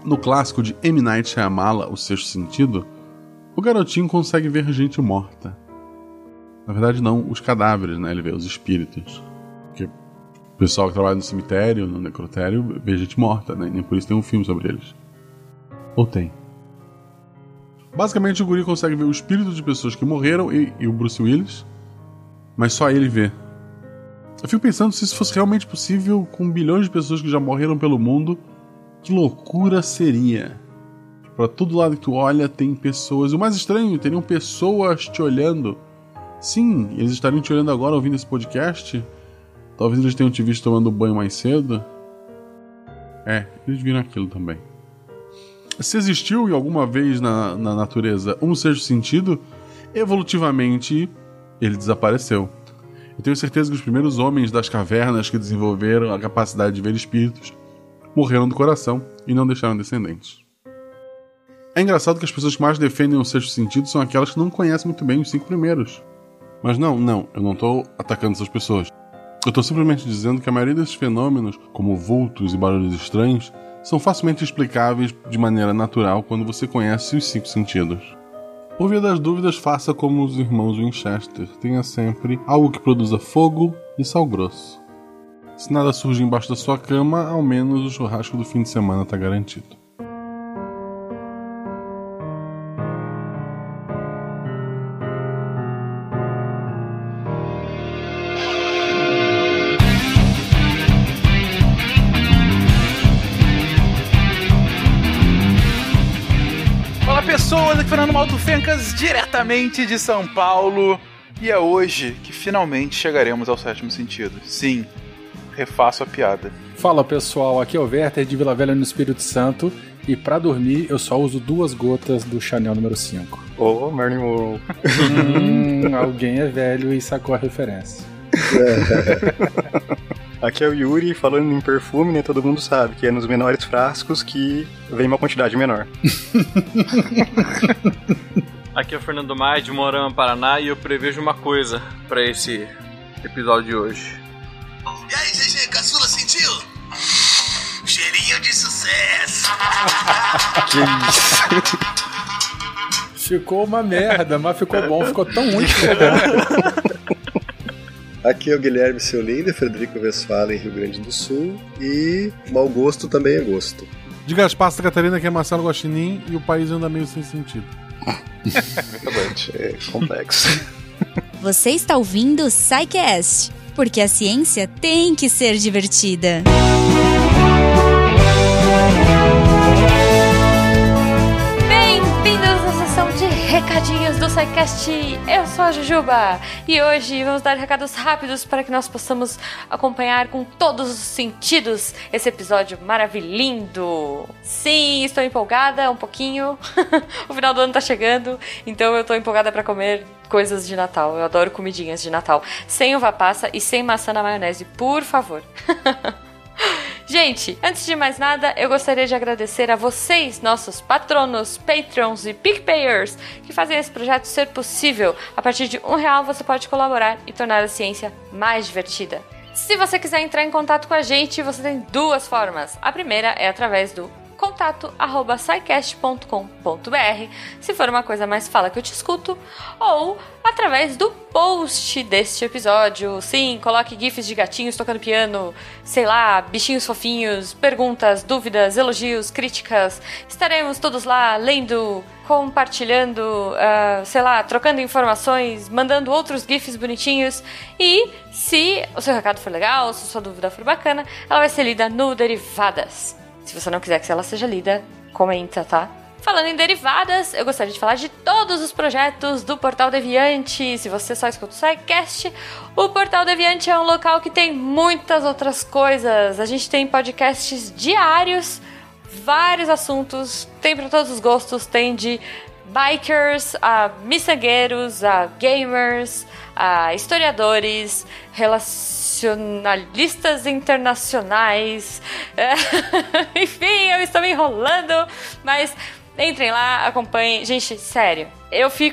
No clássico de M. Night Shyamalan, O Sexto Sentido, o garotinho consegue ver gente morta. Na verdade não, os cadáveres, né? Ele vê os espíritos. Porque o pessoal que trabalha no cemitério, no necrotério, vê gente morta, né? E nem por isso tem um filme sobre eles. Ou tem. Basicamente o guri consegue ver o espírito de pessoas que morreram e o Bruce Willis, mas só ele vê. Eu fico pensando se isso fosse realmente possível com bilhões de pessoas que já morreram pelo mundo, que loucura seria. Pra todo lado que tu olha tem pessoas. E o mais estranho, teriam pessoas te olhando. Sim, eles estariam te olhando agora ouvindo esse podcast. Talvez eles tenham te visto tomando banho mais cedo. Eles viram aquilo também. Se existiu em alguma vez na natureza um sexto sentido, evolutivamente ele desapareceu. Eu tenho certeza que os primeiros homens das cavernas que desenvolveram a capacidade de ver espíritos morreram do coração e não deixaram descendentes. É engraçado que as pessoas que mais defendem o sexto sentido são aquelas que não conhecem muito bem os 5 primeiros. Mas não, eu não estou atacando essas pessoas. Eu estou simplesmente dizendo que a maioria desses fenômenos, como vultos e barulhos estranhos, são facilmente explicáveis de maneira natural quando você conhece os 5 sentidos. Por via das dúvidas, faça como os irmãos Winchester. Tenha sempre algo que produza fogo e sal grosso. Se nada surge embaixo da sua cama, ao menos o churrasco do fim de semana está garantido. Pessoas, aqui Fernando Malto Fencas, diretamente de São Paulo. E é hoje que finalmente chegaremos ao sétimo sentido. Sim, refaço a piada. Fala pessoal, aqui é o Werther de Vila Velha no Espírito Santo. E pra dormir eu só uso 2 gotas do Chanel número 5. Ô, Marilyn Monroe. Alguém é velho e sacou a referência. Aqui é o Yuri, falando em perfume, né? Todo mundo sabe que é nos menores frascos que vem uma quantidade menor. Aqui é o Fernando Maia, de Moarama, Paraná, e eu prevejo uma coisa pra esse episódio de hoje. E aí, GG, caçula, sentiu? Cheirinho de sucesso! Que isso? Ficou uma merda, mas ficou bom, ficou tão ruim que ficou bom. Aqui é o Guilherme, seu lindo, Frederico Westphalen, Rio Grande do Sul. E mau gosto também é gosto. De Gaspar, Santa Catarina, que é Marcelo Guaxinim, e o país anda meio sem sentido. É complexo. Você está ouvindo o SciCast, porque a ciência tem que ser divertida. Recadinhos do SciCast, eu sou a Jujuba e hoje vamos dar recados rápidos para que nós possamos acompanhar com todos os sentidos esse episódio maravilhoso. Sim, estou empolgada um pouquinho, o final do ano tá chegando, então eu tô empolgada para comer coisas de Natal, eu adoro comidinhas de Natal, sem uva passa e sem maçã na maionese, por favor. Gente, antes de mais nada, eu gostaria de agradecer a vocês, nossos patronos, patrons e PicPayers, que fazem esse projeto ser possível. A partir de R$1 você pode colaborar e tornar a ciência mais divertida. Se você quiser entrar em contato com a gente, você tem 2 formas. A primeira é através do contato@scicast.com.br, se for uma coisa mais fala que eu te escuto, ou através do post deste episódio. Sim, coloque gifs de gatinhos tocando piano, sei lá, bichinhos fofinhos, perguntas, dúvidas, elogios, críticas. Estaremos todos lá lendo, compartilhando, sei lá, trocando informações, mandando outros gifs bonitinhos. E se o seu recado for legal, se a sua dúvida for bacana, ela vai ser lida no Derivadas. Se você não quiser que ela seja lida, comenta, tá? Falando em derivadas, eu gostaria de falar de todos os projetos do Portal Deviante. Se você só escuta o SciCast, o Portal Deviante é um local que tem muitas outras coisas. A gente tem podcasts diários, vários assuntos, tem para todos os gostos, tem de bikers, a miçangueiros, a gamers, a historiadores, relacionalistas internacionais. Enfim, eu estou me enrolando, mas entrem lá, acompanhem. Gente, sério, eu fico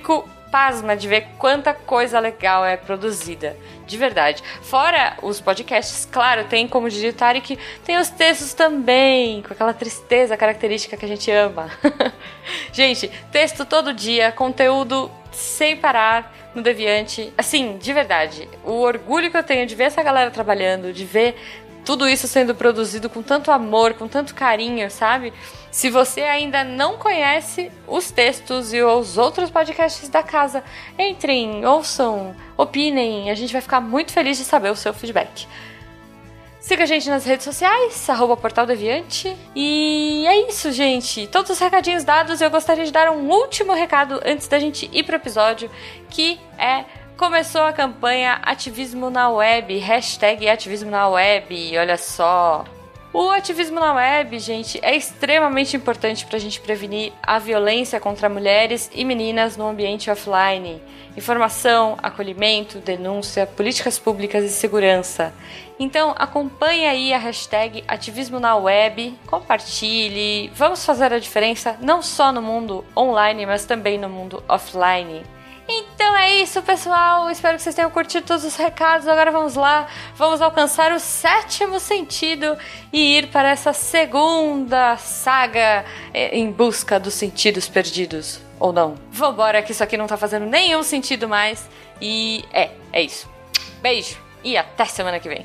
pasma de ver quanta coisa legal é produzida. De verdade. Fora os podcasts, claro, tem, como diria o Tarek, tem os textos também, com aquela tristeza característica que a gente ama. Gente, texto todo dia, conteúdo sem parar no Deviante. Assim, de verdade, o orgulho que eu tenho de ver essa galera trabalhando, de ver tudo isso sendo produzido com tanto amor, com tanto carinho, sabe? Se você ainda não conhece os textos e os outros podcasts da casa, entrem, ouçam, opinem. A gente vai ficar muito feliz de saber o seu feedback. Siga a gente nas redes sociais, @portaldeviante. E é isso, gente. Todos os recadinhos dados. Eu gostaria de dar um último recado antes da gente ir pro episódio, que é... Começou a campanha Ativismo na Web, #Ativismo na Web, olha só. O ativismo na web, gente, é extremamente importante para a gente prevenir a violência contra mulheres e meninas no ambiente offline. Informação, acolhimento, denúncia, políticas públicas e segurança. Então acompanhe aí a #Ativismo na Web, compartilhe, vamos fazer a diferença não só no mundo online, mas também no mundo offline. Então é isso, pessoal. Espero que vocês tenham curtido todos os recados. Agora vamos lá. Vamos alcançar o 7º sentido e ir para essa segunda saga em busca dos sentidos perdidos. Ou não. Vambora, que isso aqui não tá fazendo nenhum sentido mais. E é isso. Beijo e até semana que vem.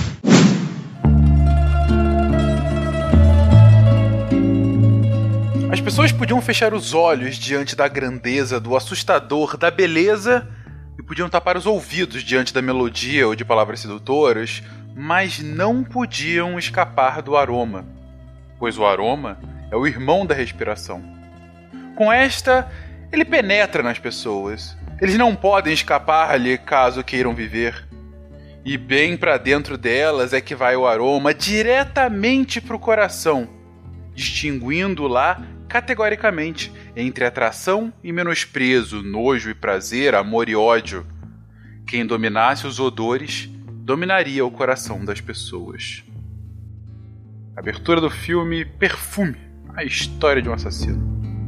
As pessoas podiam fechar os olhos diante da grandeza, do assustador, da beleza, e podiam tapar os ouvidos diante da melodia ou de palavras sedutoras, mas não podiam escapar do aroma, pois o aroma é o irmão da respiração. Com esta, ele penetra nas pessoas. Eles não podem escapar-lhe caso queiram viver. E bem para dentro delas é que vai o aroma, diretamente para o coração, distinguindo lá categoricamente entre atração e menosprezo, nojo e prazer, amor e ódio. Quem dominasse os odores, dominaria o coração das pessoas. Abertura do filme Perfume, a história de um assassino.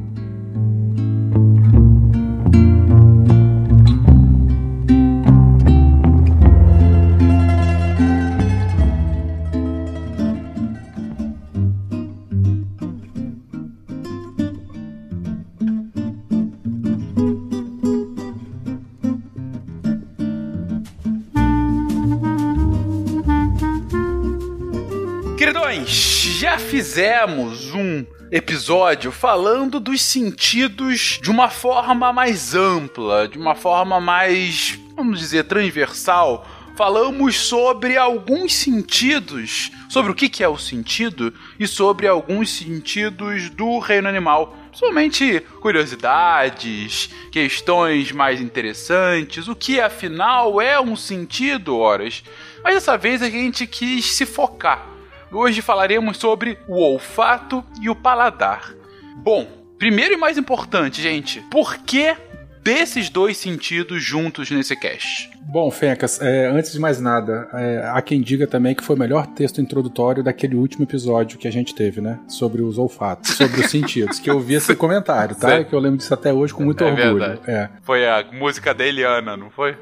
Já fizemos um episódio falando dos sentidos de uma forma mais ampla, de uma forma mais, vamos dizer, transversal. Falamos sobre alguns sentidos, sobre o que é o sentido e sobre alguns sentidos do reino animal. Somente curiosidades, questões mais interessantes, o que afinal é um sentido, horas. Mas dessa vez a gente quis se focar. Hoje falaremos sobre o olfato e o paladar. Bom, primeiro e mais importante, gente, por que desses dois sentidos juntos nesse cast? Bom, Fencas, antes de mais nada, há quem diga também que foi o melhor texto introdutório daquele último episódio que a gente teve, né? Sobre os olfatos, sobre os sentidos, que eu vi esse comentário, tá? Que eu lembro disso até hoje com muito orgulho. Foi a música da Eliana, não foi?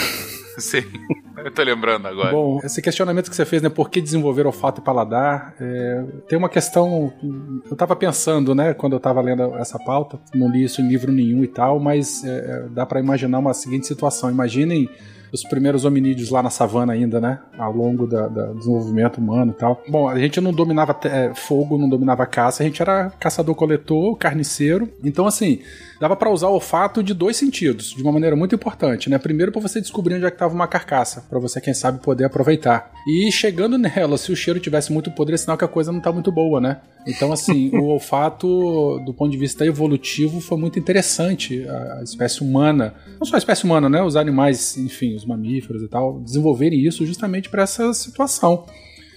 Sim, eu tô lembrando agora. Bom, esse questionamento que você fez, né? Por que desenvolver olfato e paladar? Tem uma questão... Eu tava pensando, né? Quando eu tava lendo essa pauta, não li isso em livro nenhum e tal, mas dá pra imaginar uma seguinte situação. Imaginem os primeiros hominídeos lá na savana ainda, né? Ao longo do desenvolvimento humano e tal. Bom, a gente não dominava fogo, não dominava caça, a gente era caçador-coletor, carniceiro. Então, assim, dava pra usar o olfato de dois sentidos, de uma maneira muito importante, né? Primeiro, pra você descobrir onde é que tava uma carcaça, pra você, quem sabe, poder aproveitar. E chegando nela, se o cheiro tivesse muito podre, é sinal que a coisa não tá muito boa, né? Então, assim, o olfato, do ponto de vista evolutivo, foi muito interessante. A espécie humana, não só a espécie humana, né? Os animais, enfim, os mamíferos e tal, desenvolverem isso justamente para essa situação.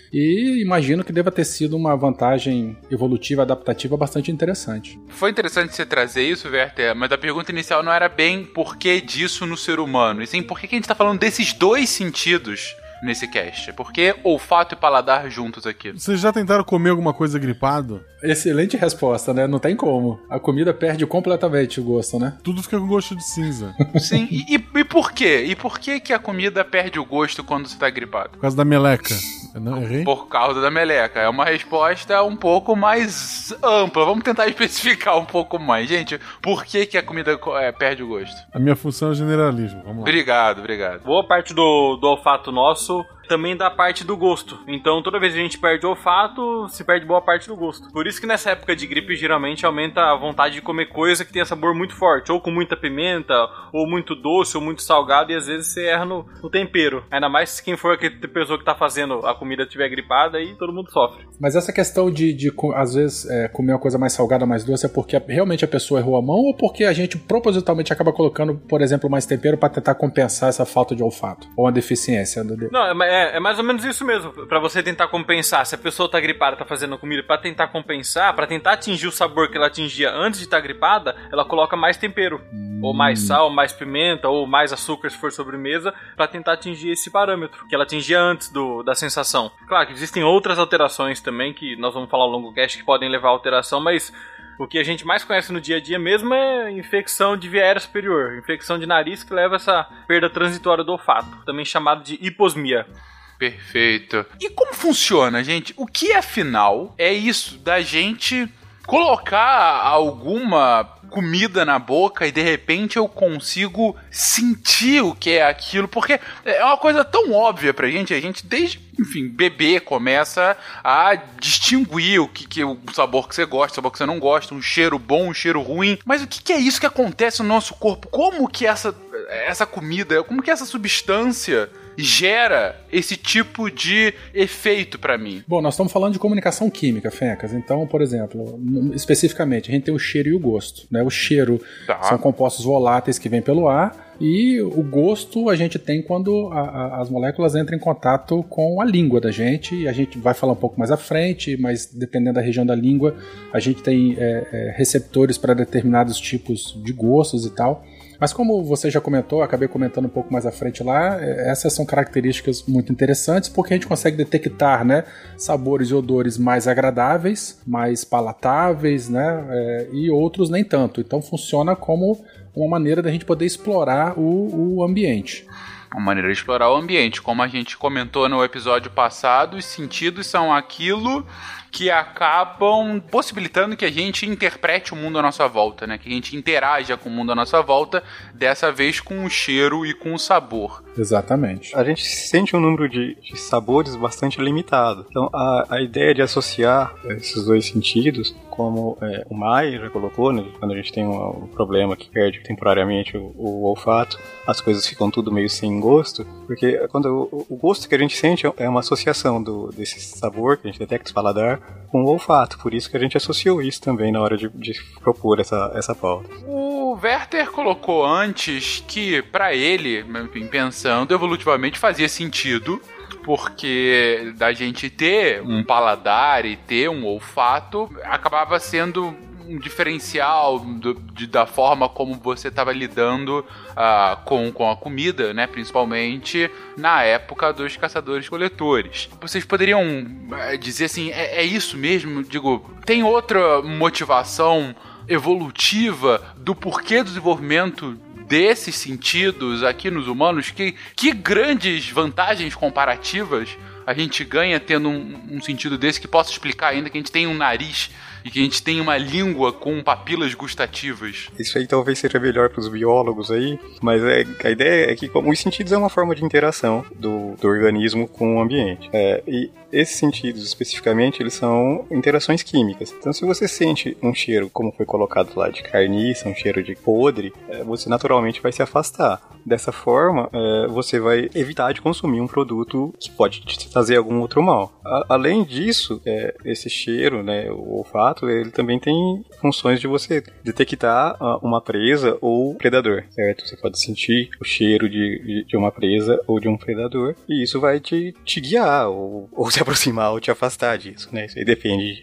E imagino que deva ter sido uma vantagem evolutiva, adaptativa bastante interessante. Foi interessante você trazer isso, Werther, mas a pergunta inicial não era bem por que disso no ser humano, e sim por que a gente está falando desses dois sentidos nesse cast? Por que olfato e paladar juntos aqui? Vocês já tentaram comer alguma coisa gripado? Excelente resposta, né? Não tem como. A comida perde completamente o gosto, né? Tudo fica com gosto de cinza. Sim, e por quê? E por que a comida perde o gosto quando você tá gripado? Por causa da meleca. Eu não errei? Por causa da meleca. É uma resposta um pouco mais ampla. Vamos tentar especificar um pouco mais. Gente, por que a comida perde o gosto? A minha função é generalismo. Vamos lá. Obrigado. Boa parte do olfato nosso também da parte do gosto. Então, toda vez que a gente perde o olfato, se perde boa parte do gosto. Por isso que nessa época de gripe, geralmente aumenta a vontade de comer coisa que tenha sabor muito forte, ou com muita pimenta, ou muito doce, ou muito salgado, e às vezes você erra no tempero. Ainda mais se quem for a pessoa que tá fazendo a comida estiver gripada, aí todo mundo sofre. Mas essa questão de às vezes, comer uma coisa mais salgada, mais doce, é porque realmente a pessoa errou a mão, ou porque a gente propositalmente acaba colocando, por exemplo, mais tempero para tentar compensar essa falta de olfato, ou uma deficiência? Não, é mais ou menos isso mesmo, pra você tentar compensar. Se a pessoa tá gripada, tá fazendo a comida, pra tentar compensar, pra tentar atingir o sabor que ela atingia antes de estar gripada, ela coloca mais tempero, ou mais sal, mais pimenta, ou mais açúcar se for sobremesa, pra tentar atingir esse parâmetro que ela atingia antes da sensação. Claro que existem outras alterações também, que nós vamos falar ao longo do cast, que podem levar a alteração, mas o que a gente mais conhece no dia a dia mesmo é infecção de via aérea superior, infecção de nariz que leva a essa perda transitória do olfato, também chamado de hiposmia. Perfeito. E como funciona, gente? O que, afinal, é isso da gente colocar alguma comida na boca e de repente eu consigo sentir o que é aquilo? Porque é uma coisa tão óbvia pra gente, a gente desde, enfim, bebê começa a distinguir o sabor que você gosta, o sabor que você não gosta, um cheiro bom, um cheiro ruim. Mas o que é isso que acontece no nosso corpo? Como que essa comida, como que essa substância gera esse tipo de efeito pra mim? Bom, nós estamos falando de comunicação química, Fencas. Então, por exemplo, especificamente, a gente tem o cheiro e o gosto, né? O cheiro são compostos voláteis que vêm pelo ar, e o gosto a gente tem quando as moléculas entram em contato com a língua da gente, e a gente vai falar um pouco mais à frente, mas dependendo da região da língua, a gente tem receptores para determinados tipos de gostos e tal. Mas como você já comentou, acabei comentando um pouco mais à frente lá, essas são características muito interessantes porque a gente consegue detectar, né, sabores e odores mais agradáveis, mais palatáveis, né, e outros nem tanto. Então funciona como uma maneira da gente poder explorar o ambiente. Uma maneira de explorar o ambiente. Como a gente comentou no episódio passado, os sentidos são aquilo que acabam possibilitando que a gente interprete o mundo à nossa volta, né? Que a gente interaja com o mundo à nossa volta, dessa vez com o cheiro e com o sabor. Exatamente. A gente sente um número de sabores bastante limitado. Então, a ideia de associar esses dois sentidos, como o Maia já colocou, né? Quando a gente tem um problema que perde temporariamente o olfato, as coisas ficam tudo meio sem gosto, porque quando o gosto que a gente sente é uma associação desse sabor que a gente detecta no paladar com o olfato, por isso que a gente associou isso também na hora de propor essa pauta. O Werther colocou antes que, para ele, enfim, pensando evolutivamente, fazia sentido, porque da gente ter um paladar e ter um olfato acabava sendo um diferencial da forma como você estava lidando com a comida, né? Principalmente na época dos caçadores-coletores. Vocês poderiam dizer assim, é isso mesmo? Digo, tem outra motivação evolutiva do porquê do desenvolvimento desses sentidos aqui nos humanos? Que grandes vantagens comparativas a gente ganha tendo um sentido desse que possa explicar ainda que a gente tem um nariz e que a gente tem uma língua com papilas gustativas? Isso aí talvez seja melhor para os biólogos aí, mas a ideia é que os sentidos é uma forma de interação do organismo com o ambiente. E esses sentidos especificamente, eles são interações químicas. Então se você sente um cheiro, como foi colocado lá, de carniça, um cheiro de podre, você naturalmente vai se afastar. Dessa forma, você vai evitar de consumir um produto que pode te trazer algum outro mal. Além disso, esse cheiro, né, o olfato, ele também tem funções de você detectar uma presa ou predador, certo? Você pode sentir o cheiro de uma presa ou de um predador, e isso vai te guiar, ou se aproximar ou te afastar disso, né? Isso aí depende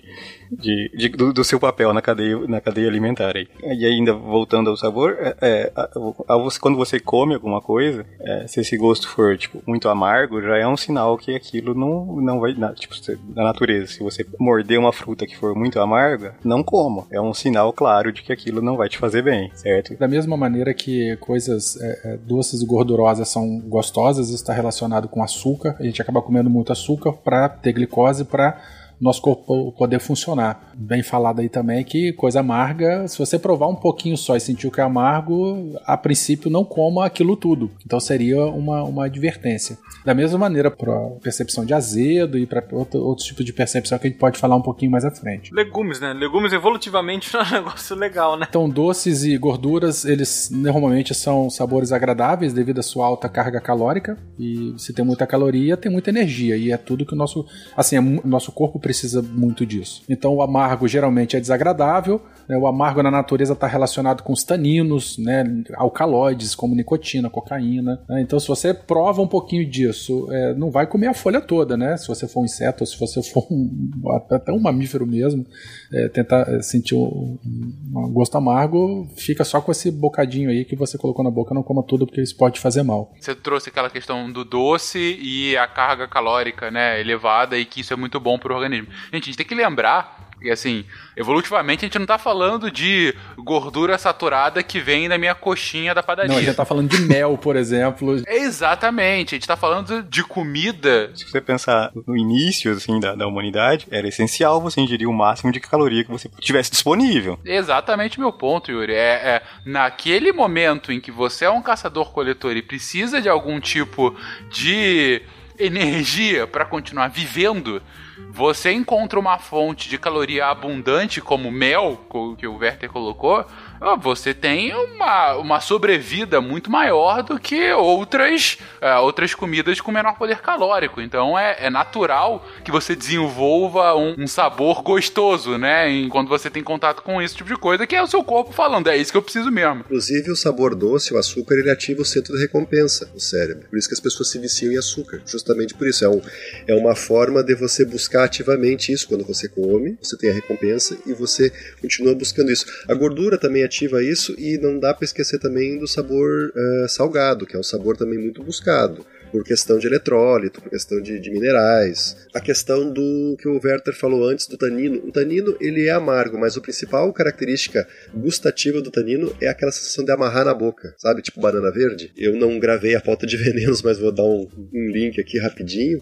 do seu papel na cadeia alimentar aí. E ainda voltando ao sabor, quando você come alguma coisa, se esse gosto for, tipo, muito amargo, já é um sinal que aquilo não vai... Tipo, na natureza, se você morder uma fruta que for muito amarga, não coma. É um sinal claro de que aquilo não vai te fazer bem, certo? Da mesma maneira que coisas doces e gordurosas são gostosas, isso está relacionado com açúcar. A gente acaba comendo muito açúcar para ter glicose, para nosso corpo poder funcionar. Bem falado aí também que coisa amarga, se você provar um pouquinho só e sentir o que é amargo, a princípio não coma aquilo tudo. Então seria uma advertência. Da mesma maneira para percepção de azedo e para outros tipos de percepção que a gente pode falar um pouquinho mais à frente. Legumes, né? Legumes evolutivamente é um negócio legal, né? Então doces e gorduras, eles normalmente são sabores agradáveis devido à sua alta carga calórica, e se tem muita caloria, tem muita energia, e é tudo que o nosso corpo precisa muito disso. Então o amargo geralmente é desagradável, né? O amargo na natureza está relacionado com os taninos, né? Alcaloides como nicotina, cocaína, né? Então se você prova um pouquinho disso, não vai comer a folha toda, né? Se você for um inseto ou se você for até um mamífero mesmo, tentar sentir um gosto amargo, fica só com esse bocadinho aí que você colocou na boca, não coma tudo porque isso pode te fazer mal. Você trouxe aquela questão do doce e a carga calórica, né, elevada, e que isso é muito bom pro organismo. Gente, a gente tem que lembrar que, assim, evolutivamente a gente não tá falando de gordura saturada que vem da minha coxinha da padaria. Não, a gente tá falando de mel, por exemplo. Exatamente, a gente tá falando de comida. Se você pensar no início, assim, da humanidade, era essencial você ingerir o máximo de caloria que você tivesse disponível. Exatamente meu ponto, Yuri. Naquele momento em que você é um caçador-coletor e precisa de algum tipo de energia para continuar vivendo, você encontra uma fonte de caloria abundante como mel, que o Werther colocou, você tem uma sobrevida muito maior do que outras comidas com menor poder calórico. Então é natural que você desenvolva um sabor gostoso, né? Quando você tem contato com esse tipo de coisa, que é o seu corpo falando, é isso que eu preciso mesmo. Inclusive o sabor doce, o açúcar, ele ativa o centro de recompensa do cérebro. Por isso que as pessoas se viciam em açúcar. Justamente por isso. É uma forma de você buscar ativamente isso. Quando você come, você tem a recompensa e você continua buscando isso. A gordura também ativa isso, e não dá para esquecer também do sabor salgado, que é um sabor também muito buscado por questão de eletrólito, por questão de minerais. A questão do que o Werther falou antes do tanino. O tanino, ele é amargo, mas a principal característica gustativa do tanino é aquela sensação de amarrar na boca, sabe? Tipo banana verde. Eu não gravei a pauta de venenos, mas vou dar um link aqui rapidinho,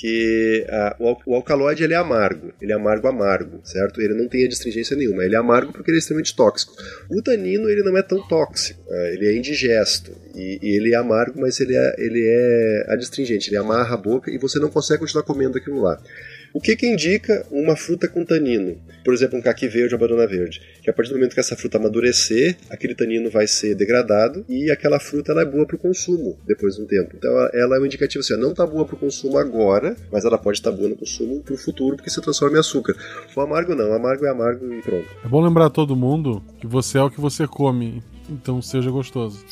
que o alcaloide, ele é amargo. Ele é amargo, certo? Ele não tem adstringência nenhuma. Ele é amargo porque ele é extremamente tóxico. O tanino, ele não é tão tóxico. Ele é indigesto. E ele é amargo, mas ele é adstringente, ele amarra a boca e você não consegue continuar comendo aquilo lá. O que indica uma fruta com tanino? Por exemplo, um caqui verde ou banana verde. Que a partir do momento que essa fruta amadurecer, aquele tanino vai ser degradado e aquela fruta, ela é boa para o consumo depois de um tempo. Então ela é um indicativo assim, não está boa para o consumo agora, mas ela pode estar boa no consumo para o futuro, porque se transforma em açúcar. O amargo não, o amargo é amargo e pronto. É bom lembrar a todo mundo que você é o que você come. Então seja gostoso.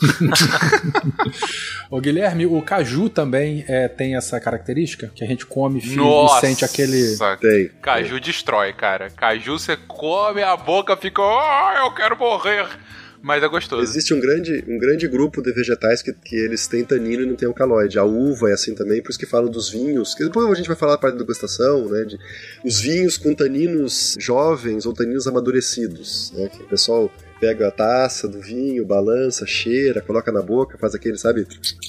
Ô Guilherme, o caju também tem essa característica? Que a gente come Nossa, e sente aquele... Caju destrói, cara. Caju você come, a boca fica... eu quero morrer. Mas é gostoso. Existe um grande grupo de vegetais que eles têm tanino e não têm alcaloide. A uva é assim também, por isso que falam dos vinhos. Que depois a gente vai falar da parte da degustação, né? Os vinhos com taninos jovens ou taninos amadurecidos, né? Que o pessoal pega a taça do vinho, balança, cheira, coloca na boca, faz aquele, sabe?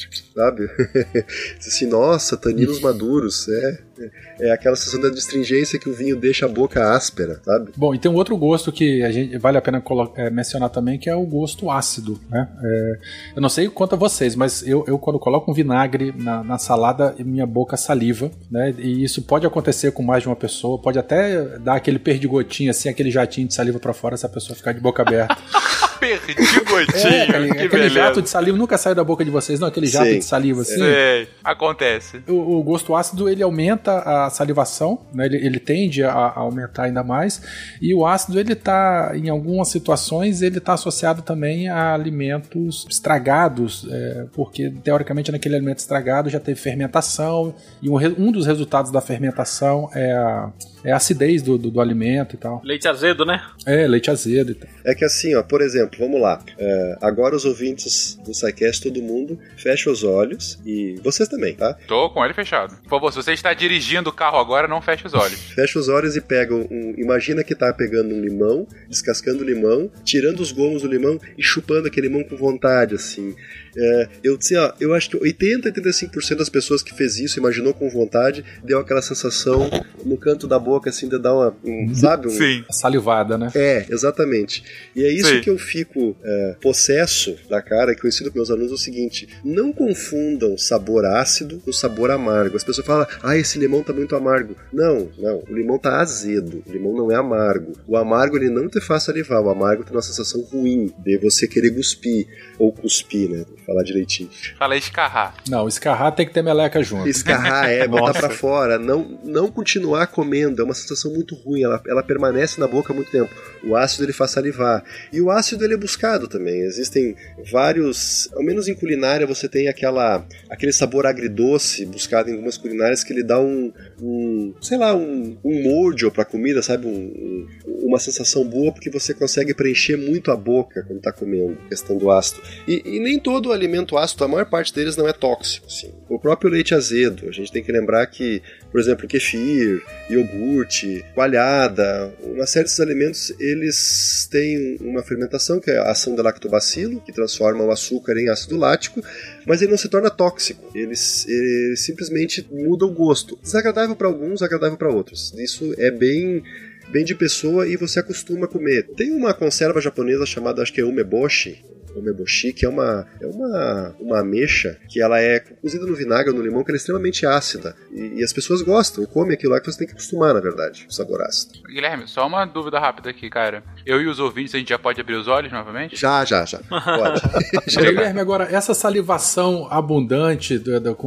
Diz assim, nossa, taninos maduros. É aquela sensação da astringência que o vinho deixa a boca áspera, sabe? Bom, e tem um outro gosto que vale a pena mencionar também, que é o gosto ácido, né? Eu não sei quanto a vocês, mas eu quando coloco um vinagre na salada, minha boca saliva, né? E isso pode acontecer com mais de uma pessoa, pode até dar aquele perdigotinho, assim, aquele jatinho de saliva pra fora se a pessoa ficar de boca aberta. Perdigotinho, que aquele jato de saliva nunca saiu da boca de vocês, não? Aquele jato de saliva assim. Acontece. O gosto ácido, ele aumenta a salivação, né? Ele tende a aumentar ainda mais, e o ácido, ele tá, em algumas situações, ele tá associado também a alimentos estragados, porque teoricamente naquele alimento estragado já teve fermentação, e um dos resultados da fermentação é a acidez do alimento e tal. Leite azedo, né? Leite azedo e tal. É que assim, ó, por exemplo, exemplo, vamos lá. Agora os ouvintes do SciCast, todo mundo, fecha os olhos e vocês também, tá? Tô com ele fechado. Por favor, se você está dirigindo o carro agora, não feche os olhos. Fecha os olhos e pega imagina que tá pegando um limão, descascando o limão, tirando os gomos do limão e chupando aquele limão com vontade, assim. Eu acho que 85% das pessoas que fez isso, imaginou com vontade, deu aquela sensação no canto da boca, assim, de dar uma... sabe? Sim. Salivada, né? Exatamente. E é isso que eu fico possesso da cara, que eu ensino com meus alunos o seguinte: não confundam sabor ácido com sabor amargo. As pessoas falam, esse limão tá muito amargo. Não, o limão tá azedo, o limão não é amargo. O amargo, ele não te faz salivar, o amargo tem uma sensação ruim de você querer cuspir, ou cuspir, né? Vou falar direitinho. Fala escarrar. Não, escarrar tem que ter meleca junto. Escarrar botar pra fora, não continuar comendo, é uma sensação muito ruim, ela permanece na boca há muito tempo. O ácido, ele faz salivar. E o ácido, ele é buscado também. Existem vários, ao menos em culinária, você tem aquele sabor agridoce buscado em algumas culinárias que ele dá um mojo pra comida, sabe? Uma sensação boa, porque você consegue preencher muito a boca quando tá comendo, questão do ácido. E nem todo alimento ácido, a maior parte deles não é tóxico, assim. O próprio leite azedo, a gente tem que lembrar que, por exemplo, kefir, iogurte, coalhada, uma série desses alimentos, eles têm uma fermentação, que é a ação do lactobacilo, que transforma o açúcar em ácido lático, mas ele não se torna tóxico, ele simplesmente muda o gosto. Desagradável para alguns, agradável para outros. Isso é bem de pessoa e você acostuma a comer. Tem uma conserva japonesa chamada, acho que é umeboshi, que é uma ameixa que ela é cozida no vinagre ou no limão, que ela é extremamente ácida. E as pessoas gostam, comem aquilo lá, que você tem que acostumar, na verdade, o sabor ácido. Guilherme, só uma dúvida rápida aqui, cara. Eu e os ouvintes, a gente já pode abrir os olhos novamente? Já. Pode. Guilherme, agora, essa salivação abundante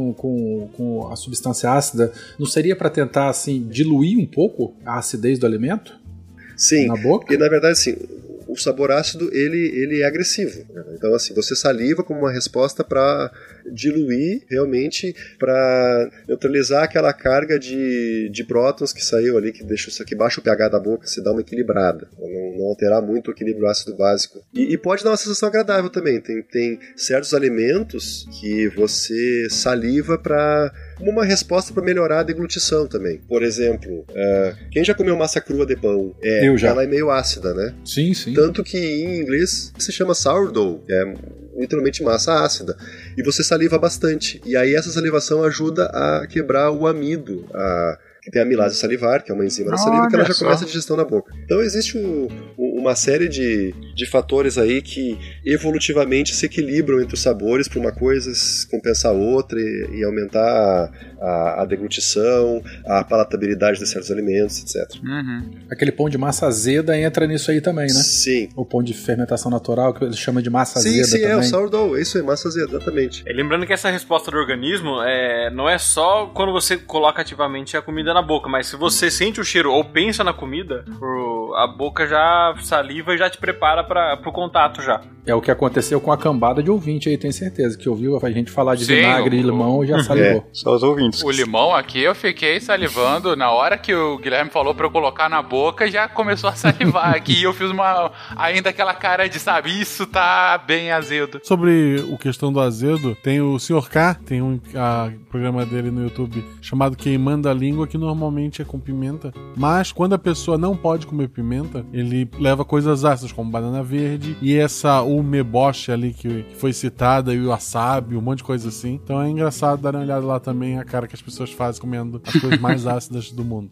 com a substância ácida, não seria para tentar, assim, diluir um pouco a acidez do alimento? Sim, na boca? Porque, na verdade, assim, o sabor ácido, ele é agressivo. Então, assim, você saliva como uma resposta para diluir, realmente, para neutralizar aquela carga de prótons que saiu ali, que deixa isso aqui, baixa o pH da boca, se dá uma equilibrada, não alterar muito o equilíbrio ácido básico. E pode dar uma sensação agradável também. Tem certos alimentos que você saliva como uma resposta para melhorar a deglutição também. Por exemplo, quem já comeu massa crua de pão? Ela é meio ácida, né? Sim. Tanto que em inglês se chama sourdough, literalmente massa ácida. E você saliva bastante. E aí essa salivação ajuda a quebrar o amido, que tem a amilase salivar, que é uma enzima da saliva, que ela já começa a digestão na boca. Então existe uma série de fatores aí que evolutivamente se equilibram entre os sabores para uma coisa compensar a outra e aumentar a deglutição, a palatabilidade de certos alimentos, etc. Uhum. Aquele pão de massa azeda entra nisso aí também, né? Sim. O pão de fermentação natural, que eles chamam de massa azeda também. Sim, o sourdough, isso é massa azeda, exatamente. Lembrando que essa resposta do organismo não é só quando você coloca ativamente a comida na boca, mas se você sente o cheiro ou pensa na comida, a boca já saliva e já te prepara pro contato já. É o que aconteceu com a cambada de ouvinte aí, tenho certeza, que ouviu a gente falar de vinagre e limão e já salivou. Só os ouvintes. O limão aqui eu fiquei salivando, na hora que o Guilherme falou pra eu colocar na boca, já começou a salivar aqui e eu fiz ainda aquela cara de, sabe, isso tá bem azedo. Sobre a questão do azedo, tem o Sr. K, tem programa dele no YouTube chamado Queimando a Língua, que normalmente é com pimenta, mas quando a pessoa não pode comer pimenta, ele leva coisas ácidas, como banana verde e essa umeboshi ali que foi citada, e o wasabi, um monte de coisa assim. Então é engraçado dar uma olhada lá também, a cara que as pessoas fazem comendo as coisas mais ácidas do mundo.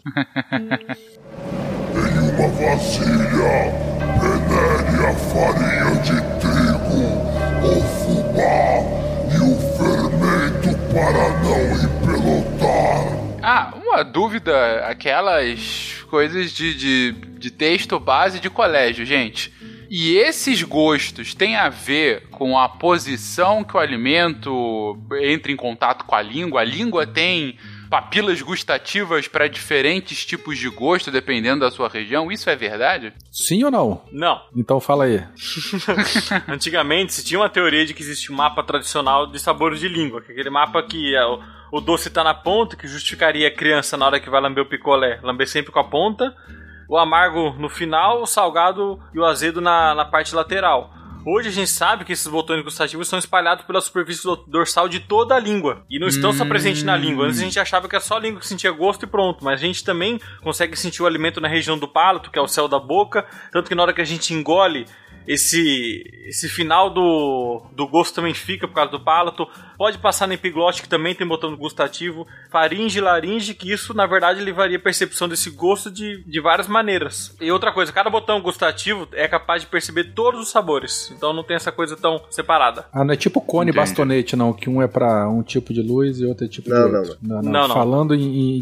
Em uma vasilha, venere a farinha de trigo, o fubá e o fermento para não empelotar. Uma dúvida, aquelas coisas de texto base de colégio, gente. E esses gostos têm a ver com a posição que o alimento entra em contato com a língua? A língua tem papilas gustativas para diferentes tipos de gosto, dependendo da sua região? Isso é verdade? Sim ou não? Não. Então fala aí. Antigamente se tinha uma teoria de que existe um mapa tradicional de sabores de língua, que é aquele mapa que o doce tá na ponta, que justificaria a criança na hora que vai lamber o picolé, lamber sempre com a ponta, o amargo no final, o salgado e o azedo na parte lateral. Hoje a gente sabe que esses botões gustativos são espalhados pela superfície dorsal de toda a língua. E não estão só presentes na língua. Antes a gente achava que era só a língua que sentia gosto e pronto. Mas a gente também consegue sentir o alimento na região do palato, que é o céu da boca. Tanto que na hora que a gente engole, esse final do gosto também fica por causa do palato. Pode passar na epiglote, que também tem botão gustativo. Faringe e laringe, que isso, na verdade, levaria a percepção desse gosto de várias maneiras. E outra coisa, cada botão gustativo é capaz de perceber todos os sabores. Então não tem essa coisa tão separada. Ah, não é tipo cone e bastonete, não. Que um é pra um tipo de luz e outro é tipo de outro. Não. Falando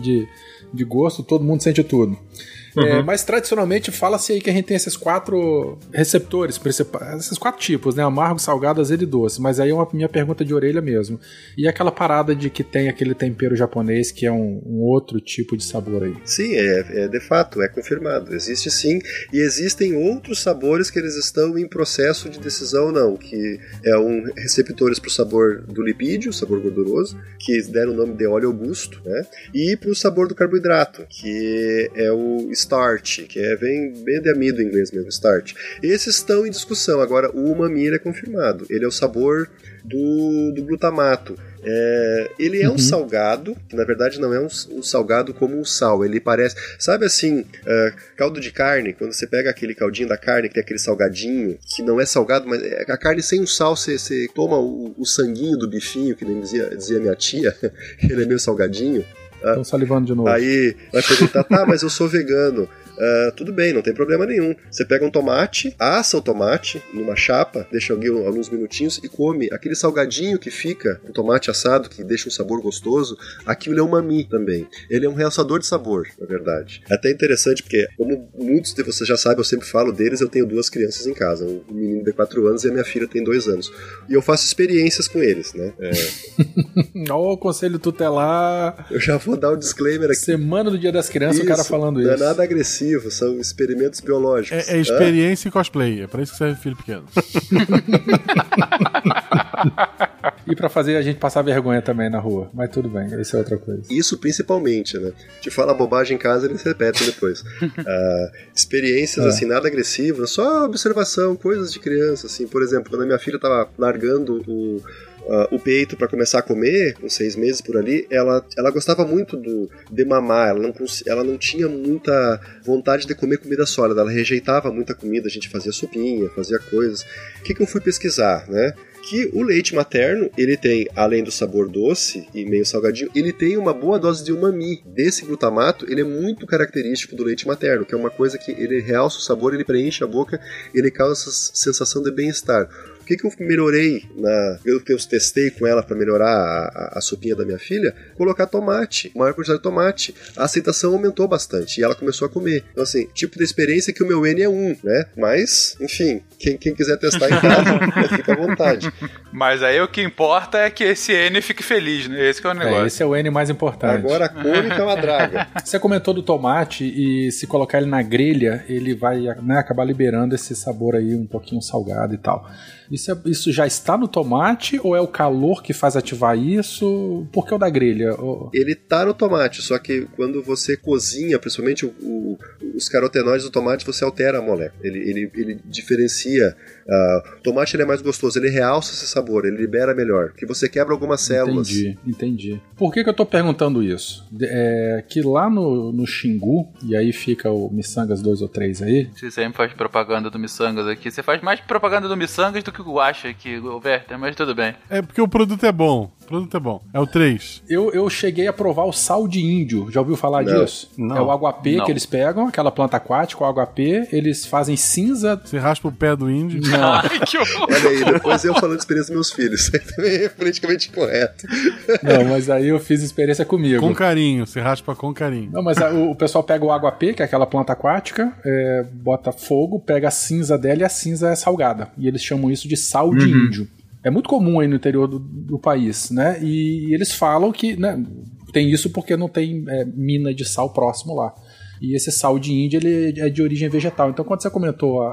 de gosto, todo mundo sente tudo. Mas tradicionalmente fala-se aí que a gente tem esses 4 receptores principais, esses 4 tipos, né? Amargo, salgado, azedo e doce. Mas aí é uma minha pergunta de orelha mesmo. E aquela parada de que tem aquele tempero japonês que é um outro tipo de sabor aí? Sim, de fato, é confirmado. Existe sim. E existem outros sabores que eles estão em processo de decisão ou não, que é receptores para o sabor do lipídio, sabor gorduroso, que deram o nome de óleo augusto, né? E para o sabor do carboidrato, que é o starch, que vem bem de amido em inglês mesmo, starch. Esses estão em discussão. Agora, o umami é confirmado. Ele é o sabor do glutamato. Ele é um salgado, que na verdade não é um salgado como um sal. Ele parece, sabe assim, caldo de carne, quando você pega aquele caldinho da carne, que tem aquele salgadinho, que não é salgado, mas a carne sem o sal, você toma o sanguinho do bifinho, que nem dizia minha tia, ele é meio salgadinho. Estão salivando de novo. Aí vai perguntar, mas eu sou vegano. Tudo bem, não tem problema nenhum. Você pega um tomate, assa o tomate numa chapa, deixa alguns minutinhos e come. Aquele salgadinho que fica, o tomate assado, que deixa um sabor gostoso, aquilo é umami também. Ele é um realçador de sabor, na verdade. É até interessante porque, como muitos de vocês já sabem, eu sempre falo deles, eu tenho 2 crianças em casa. Um menino de 4 anos e a minha filha tem 2 anos. E eu faço experiências com eles, né? Ó, o conselho tutelar. Eu já vou dar um disclaimer aqui. Semana do Dia das Crianças, o cara falando isso. Não é nada agressivo. São experimentos biológicos. É experiência e cosplay. É pra isso que serve filho pequeno. E pra fazer a gente passar vergonha também na rua. Mas tudo bem, isso é outra coisa. Isso principalmente, né? Te fala bobagem em casa, eles repetem depois. Experiências, assim, nada agressivas, só observação, coisas de criança, assim. Por exemplo, quando a minha filha tava largando o peito para começar a comer, com 6 meses por ali, ela gostava muito de mamar, ela não tinha muita vontade de comer comida sólida, ela rejeitava muita comida, a gente fazia sopinha, fazia coisas. O que eu fui pesquisar, né? Que o leite materno, ele tem, além do sabor doce e meio salgadinho, ele tem uma boa dose de umami. Desse glutamato, ele é muito característico do leite materno, que é uma coisa que ele realça o sabor, ele preenche a boca, ele causa essa sensação de bem-estar. O que eu melhorei pelo que eu testei com ela para melhorar a sopinha da minha filha? Colocar tomate, maior quantidade de tomate. A aceitação aumentou bastante e ela começou a comer. Então, assim, tipo de experiência que o meu N é 1, né? Mas, enfim, quem quiser testar em casa, fica à vontade. Mas aí o que importa é que esse N fique feliz, né? Esse que é o negócio. Esse é o N mais importante. Agora come que é uma draga. Você comentou do tomate e se colocar ele na grelha, ele vai, né, acabar liberando esse sabor aí um pouquinho salgado e tal. Isso já está no tomate ou é o calor que faz ativar isso? Por que o da grelha? Ele está no tomate, só que quando você cozinha, principalmente os carotenoides do tomate, você altera a molécula. Ele diferencia. O tomate ele é mais gostoso, ele realça esse sabor, ele libera melhor, porque você quebra algumas células. Entendi. Por que eu estou perguntando isso? Que lá no Xingu, e aí fica o Missangas 2 ou 3 aí... Você sempre faz propaganda do Missangas aqui. Você faz mais propaganda do Missangas do que o Guaxa aqui, o Werther, mas tudo bem. É porque o produto é bom. É o 3. Eu cheguei a provar o sal de índio. Já ouviu falar disso? Não. É o aguapê que eles pegam, aquela planta aquática, o aguapê, eles fazem cinza... Você raspa o pé do índio? Não. Ai, que horror. Olha aí, depois eu falando de experiência dos meus filhos. Isso aí também é politicamente correto. Não, mas aí eu fiz experiência comigo. Com carinho, você raspa com carinho. Não, mas o pessoal pega o aguapê, que é aquela planta aquática, bota fogo, pega a cinza dela e a cinza é salgada. E eles chamam isso de sal de índio. É muito comum aí no interior do país, né? E eles falam que, né, tem isso porque não tem mina de sal próximo lá. E esse sal de índio, ele é de origem vegetal. Então, quando você comentou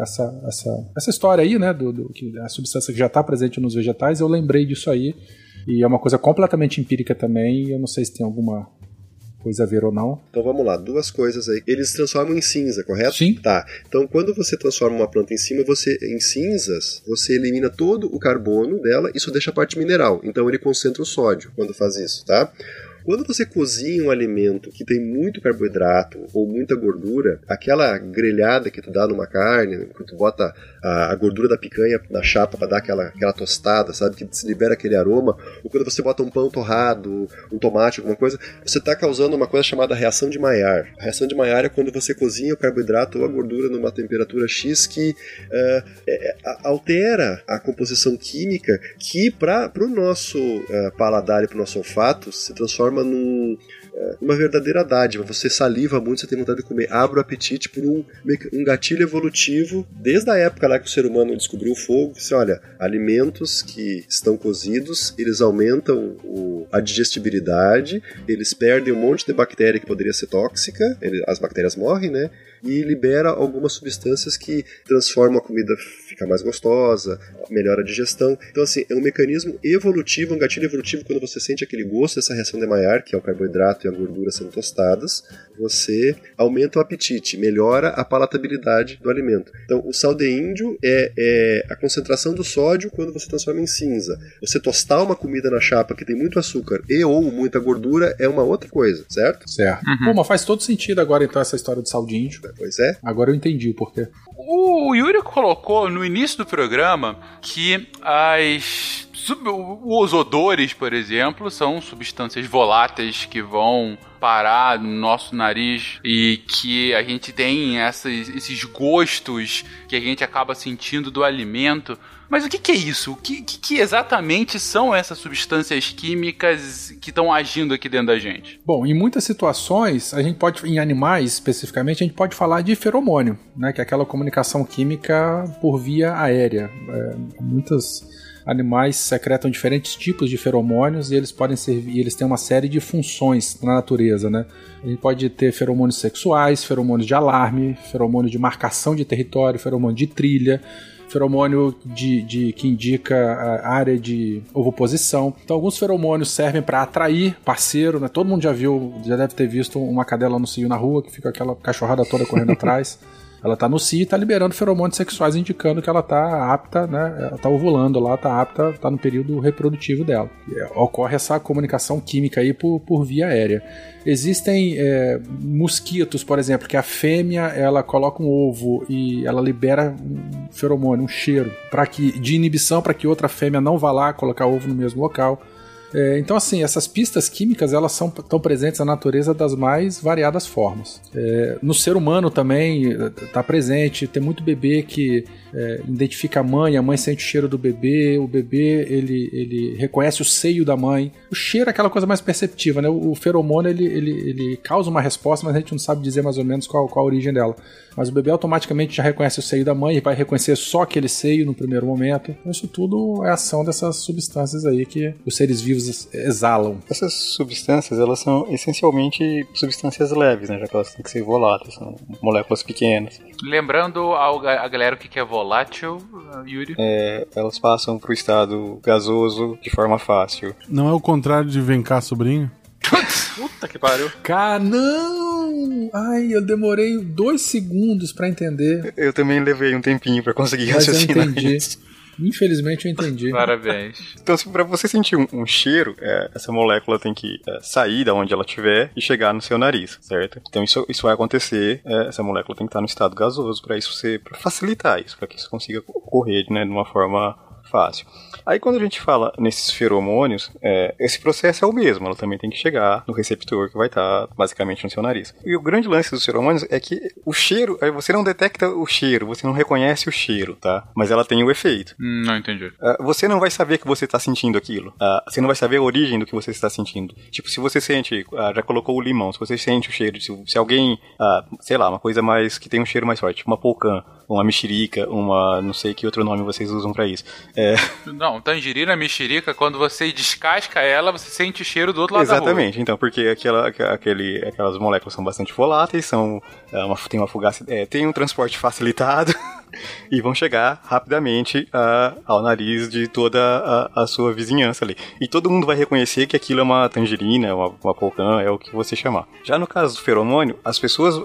essa história aí, né, que a substância que já está presente nos vegetais, eu lembrei disso aí. E é uma coisa completamente empírica também. E eu não sei se tem alguma coisa ver ou não. Então vamos lá, duas coisas aí. Eles transformam em cinza, correto? Sim. Tá. Então quando você transforma uma planta em cinzas, você elimina todo o carbono dela e só deixa a parte mineral. Então ele concentra o sódio quando faz isso, tá? Quando você cozinha um alimento que tem muito carboidrato ou muita gordura, aquela grelhada que tu dá numa carne, que tu bota a gordura da picanha na chapa para dar aquela tostada, sabe? Que se libera aquele aroma. Ou quando você bota um pão torrado, um tomate, alguma coisa, você está causando uma coisa chamada reação de Maillard. A reação de Maillard é quando você cozinha o carboidrato ou a gordura numa temperatura X que altera a composição química que para o nosso paladar e para o nosso olfato se transforma numa verdadeira dádiva. Você saliva muito, você tem vontade de comer, abre o apetite por um gatilho evolutivo desde a época lá que o ser humano descobriu o fogo. Você olha, alimentos que estão cozidos, eles aumentam a digestibilidade, eles perdem um monte de bactéria que poderia ser tóxica, as bactérias morrem, né? E libera algumas substâncias que transformam a comida ficar mais gostosa, melhora a digestão. Então, assim, é um mecanismo evolutivo, um gatilho evolutivo. Quando você sente aquele gosto, essa reação de Maillard, que é o carboidrato e a gordura sendo tostadas, você aumenta o apetite, melhora a palatabilidade do alimento. Então, o sal de índio é a concentração do sódio quando você transforma em cinza. Você tostar uma comida na chapa que tem muito açúcar e ou muita gordura é uma outra coisa, certo? Certo. Pô, mas faz todo sentido agora, então, essa história do sal de índio. Pois é. Agora eu entendi o porquê. O Yuri colocou no início do programa que os odores, por exemplo, são substâncias voláteis que vão parar no nosso nariz e que a gente tem esses gostos que a gente acaba sentindo do alimento. Mas o que é isso? O que exatamente são essas substâncias químicas que estão agindo aqui dentro da gente? Bom, em muitas situações, a gente pode, em animais especificamente, a gente pode falar de feromônio, né, que é aquela comunicação química por via aérea. Muitos animais secretam diferentes tipos de feromônios e eles podem servir, eles têm uma série de funções na natureza, né? A gente pode ter feromônios sexuais, feromônios de alarme, feromônio de marcação de território, feromônio de trilha, feromônio que indica a área de ovoposição. Então, alguns feromônios servem para atrair parceiro, né? Todo mundo já deve ter visto uma cadela no cio na rua, que fica aquela cachorrada toda correndo atrás. Ela tá no cio e está liberando feromônios sexuais, indicando que ela tá apta, né? Ela tá ovulando lá, tá apta, tá no período reprodutivo dela. Ocorre essa comunicação química aí por via aérea. Existem mosquitos, por exemplo, que a fêmea ela coloca um ovo e ela libera um feromônio, um cheiro, de inibição para que outra fêmea não vá lá colocar ovo no mesmo local. Então, assim, essas pistas químicas elas estão presentes na natureza das mais variadas formas. No ser humano também está presente, tem muito bebê que identifica a mãe sente o cheiro do bebê, o bebê ele reconhece o seio da mãe. O cheiro é aquela coisa mais perceptiva, né? O feromônio ele causa uma resposta, mas a gente não sabe dizer mais ou menos qual a origem dela. Mas o bebê automaticamente já reconhece o seio da mãe e vai reconhecer só aquele seio no primeiro momento. Então isso tudo é ação dessas substâncias aí que os seres vivos exalam. Essas substâncias, elas são essencialmente substâncias leves, né? Já que elas têm que ser voláteis, são moléculas pequenas. Lembrando a galera o que é volátil, Yuri? Elas passam pro estado gasoso de forma fácil. Não é o contrário de vem cá, sobrinho? Puta que pariu. Cara, não! Ai, eu demorei 2 segundos pra entender. Eu também levei um tempinho pra conseguir raciocinar isso. Infelizmente eu entendi. Parabéns. Então, para você sentir um cheiro, essa molécula tem que sair da onde ela estiver e chegar no seu nariz, certo? Então isso vai acontecer, essa molécula tem que estar no estado gasoso para facilitar isso, para que isso consiga ocorrer, né, de uma forma fácil. Aí quando a gente fala nesses feromônios, esse processo é o mesmo, ela também tem que chegar no receptor que vai estar basicamente no seu nariz. E o grande lance dos feromônios é que o cheiro, você não detecta o cheiro, você não reconhece o cheiro, tá? Mas ela tem o efeito. Não entendi. Você não vai saber que você está sentindo aquilo. Você não vai saber a origem do que você está sentindo. Tipo, se você sente, já colocou o limão, se você sente o cheiro, se alguém, sei lá, uma coisa mais que tem um cheiro mais forte, uma polcã, uma mexerica, não sei que outro nome vocês usam pra isso. Não, tangerina, mexerica, quando você descasca ela, você sente o cheiro do outro lado Exatamente, da rua. então, porque aquelas moléculas são bastante voláteis, tem uma fugacidade, tem um transporte facilitado. e vão chegar rapidamente ao nariz de toda a sua vizinhança ali. E todo mundo vai reconhecer que aquilo é uma tangerina, uma polcã, é o que você chamar. Já no caso do feromônio, as pessoas,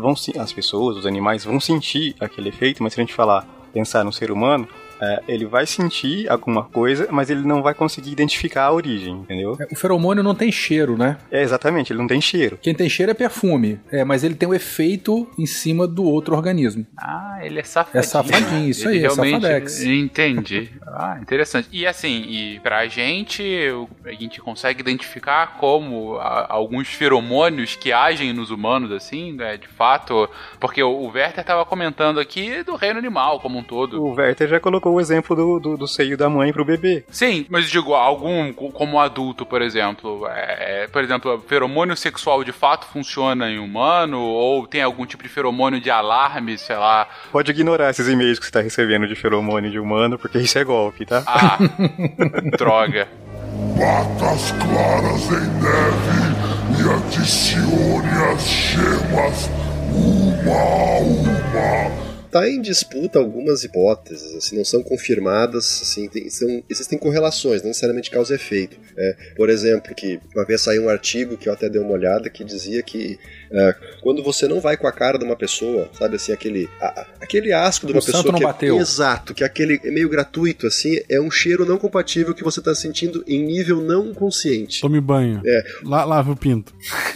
os animais vão sentir aquele efeito, mas se a gente pensar no ser humano, ele vai sentir alguma coisa, mas ele não vai conseguir identificar a origem, entendeu? O feromônio não tem cheiro, né? Exatamente, ele não tem cheiro. Quem tem cheiro é perfume, mas ele tem um efeito em cima do outro organismo. Ah, ele é safadinho. É safadinho, isso aí, realmente, é safadex. Entendi. Ah, interessante. E assim, pra gente, a gente consegue identificar como alguns feromônios que agem nos humanos, assim, de fato, porque o Werther estava comentando aqui do reino animal como um todo. O Werther já colocou o exemplo do seio da mãe pro bebê. Sim, mas digo, algum como adulto, por exemplo. Por exemplo, o feromônio sexual de fato funciona em humano? Ou tem algum tipo de feromônio de alarme, sei lá? Pode ignorar esses e-mails que você tá recebendo de feromônio de humano, porque isso é golpe, tá? Ah, droga. Patas claras em neve e adicione as gemas uma a uma. Está em disputa algumas hipóteses, assim, não são confirmadas, assim, existem correlações, não necessariamente causa e efeito. Por exemplo, que uma vez saiu um artigo que eu até dei uma olhada que dizia que quando você não vai com a cara de uma pessoa, sabe assim, aquele asco de uma pessoa que bateu. Exato, que aquele é meio gratuito, assim, é um cheiro não compatível que você está sentindo em nível não consciente. Tome banho. Lave o pinto.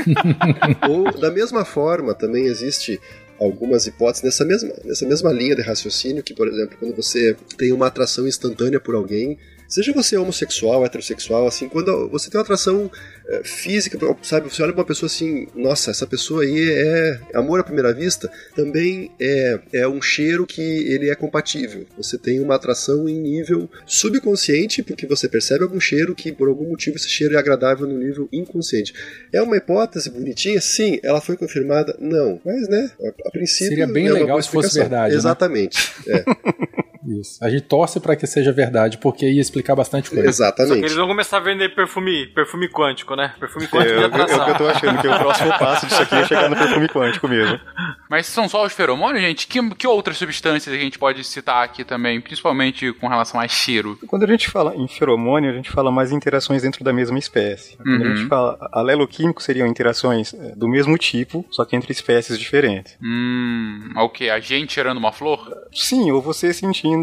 Ou, da mesma forma, também existe algumas hipóteses nessa mesma linha de raciocínio, que, por exemplo, quando você tem uma atração instantânea por alguém, seja você homossexual, heterossexual, assim, quando você tem uma atração física, sabe, você olha pra uma pessoa assim, nossa, essa pessoa aí é amor à primeira vista, também é um cheiro que ele é compatível. Você tem uma atração em nível subconsciente, porque você percebe algum cheiro que, por algum motivo, esse cheiro é agradável no nível inconsciente. É uma hipótese bonitinha? Sim. Ela foi confirmada? Não. Mas, né, a princípio... Seria bem legal se fosse verdade, exatamente, né? Isso. A gente torce pra que seja verdade, porque ia explicar bastante coisa. Exatamente. Só que eles vão começar a vender perfume quântico, né? Perfume quântico de atração. É o que eu tô achando, que o próximo passo disso aqui é chegar no perfume quântico mesmo. Mas são só os feromônios, gente? Que outras substâncias a gente pode citar aqui também, principalmente com relação a cheiro? Quando a gente fala em feromônio, a gente fala mais interações dentro da mesma espécie. Quando a gente fala aleloquímico, seriam interações do mesmo tipo, só que entre espécies diferentes. O quê? A gente cheirando uma flor? Sim, ou você sentindo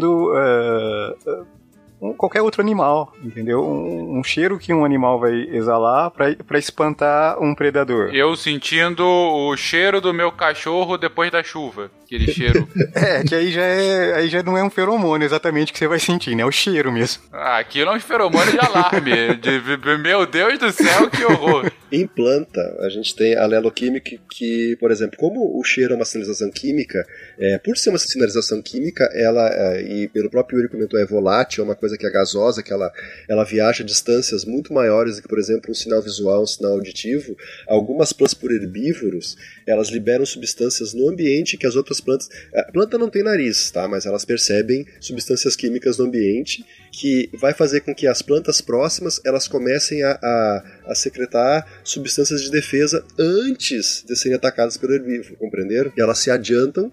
qualquer outro animal, entendeu? Um cheiro que um animal vai exalar pra espantar um predador. Eu sentindo o cheiro do meu cachorro depois da chuva. Aquele cheiro. Que aí já não é um feromônio exatamente que você vai sentir, né? É o cheiro mesmo. Aquilo é um feromônio de alarme. Meu Deus do céu, que horror. Em planta, a gente tem a aleloquímica que, por exemplo, como o cheiro é uma sinalização química, por ser uma sinalização química, ela, e pelo próprio Yuri comentou, é volátil, é uma coisa que é gasosa, que ela viaja a distâncias muito maiores do que, por exemplo, um sinal visual, um sinal auditivo. Algumas plantas, por herbívoros, elas liberam substâncias no ambiente que as outras plantas... A planta não tem nariz, tá? Mas elas percebem substâncias químicas no ambiente que vai fazer com que as plantas próximas elas comecem a secretar substâncias de defesa antes de serem atacadas pelo herbívoro, compreenderam? E elas se adiantam.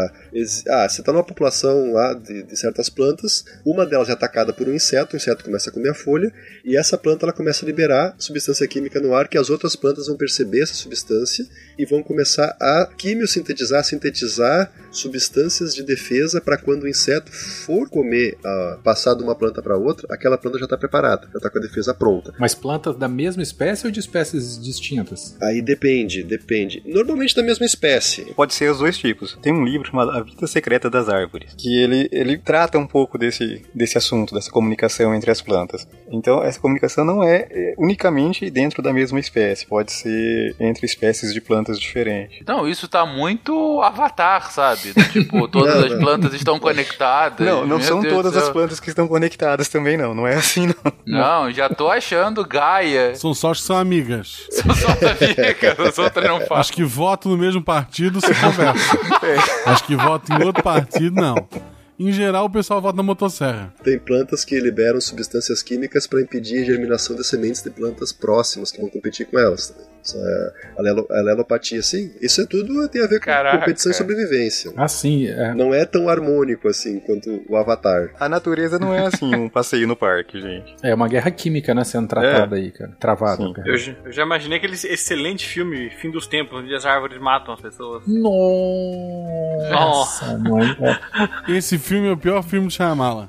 Você está numa população lá de certas plantas, uma delas é atacada por um inseto, o inseto começa a comer a folha, e essa planta ela começa a liberar substância química no ar, que as outras plantas vão perceber essa substância e vão começar a sintetizar substâncias de defesa para quando o inseto for comer, passar de uma planta para outra, aquela planta já está preparada, já está com a defesa pronta. Mas plantas da mesma espécie ou de espécies distintas? Aí depende. Normalmente da mesma espécie. Pode ser os dois tipos. Tem um livro chamado A Vida Secreta das Árvores, que ele trata um pouco desse assunto, dessa comunicação entre as plantas. Então, essa comunicação não é unicamente dentro da mesma espécie, pode ser entre espécies de plantas diferentes. Não, isso tá muito Avatar, sabe? Tipo, todas as plantas estão conectadas. Não são todas as plantas que estão conectadas também, não é assim, não. Não, já tô achando Gaia. São só as que são amigas. São só amigas, as outras não falam. Acho que voto no mesmo partido se conversa. Acho que voto em outro partido, não. Em geral, o pessoal vota na motosserra. Tem plantas que liberam substâncias químicas para impedir a germinação de sementes de plantas próximas que vão competir com elas também. A alelopatia, sim. Isso é tudo tem a ver com competição e sobrevivência. Sim. Não é tão harmônico assim quanto o Avatar. A natureza não é assim um passeio no parque, gente. É uma guerra química, né, sendo tratada aí, cara. Travada. Eu já imaginei aquele excelente filme Fim dos Tempos, onde as árvores matam as pessoas. Nossa, mãe. Esse filme é o pior filme de Shyamalan.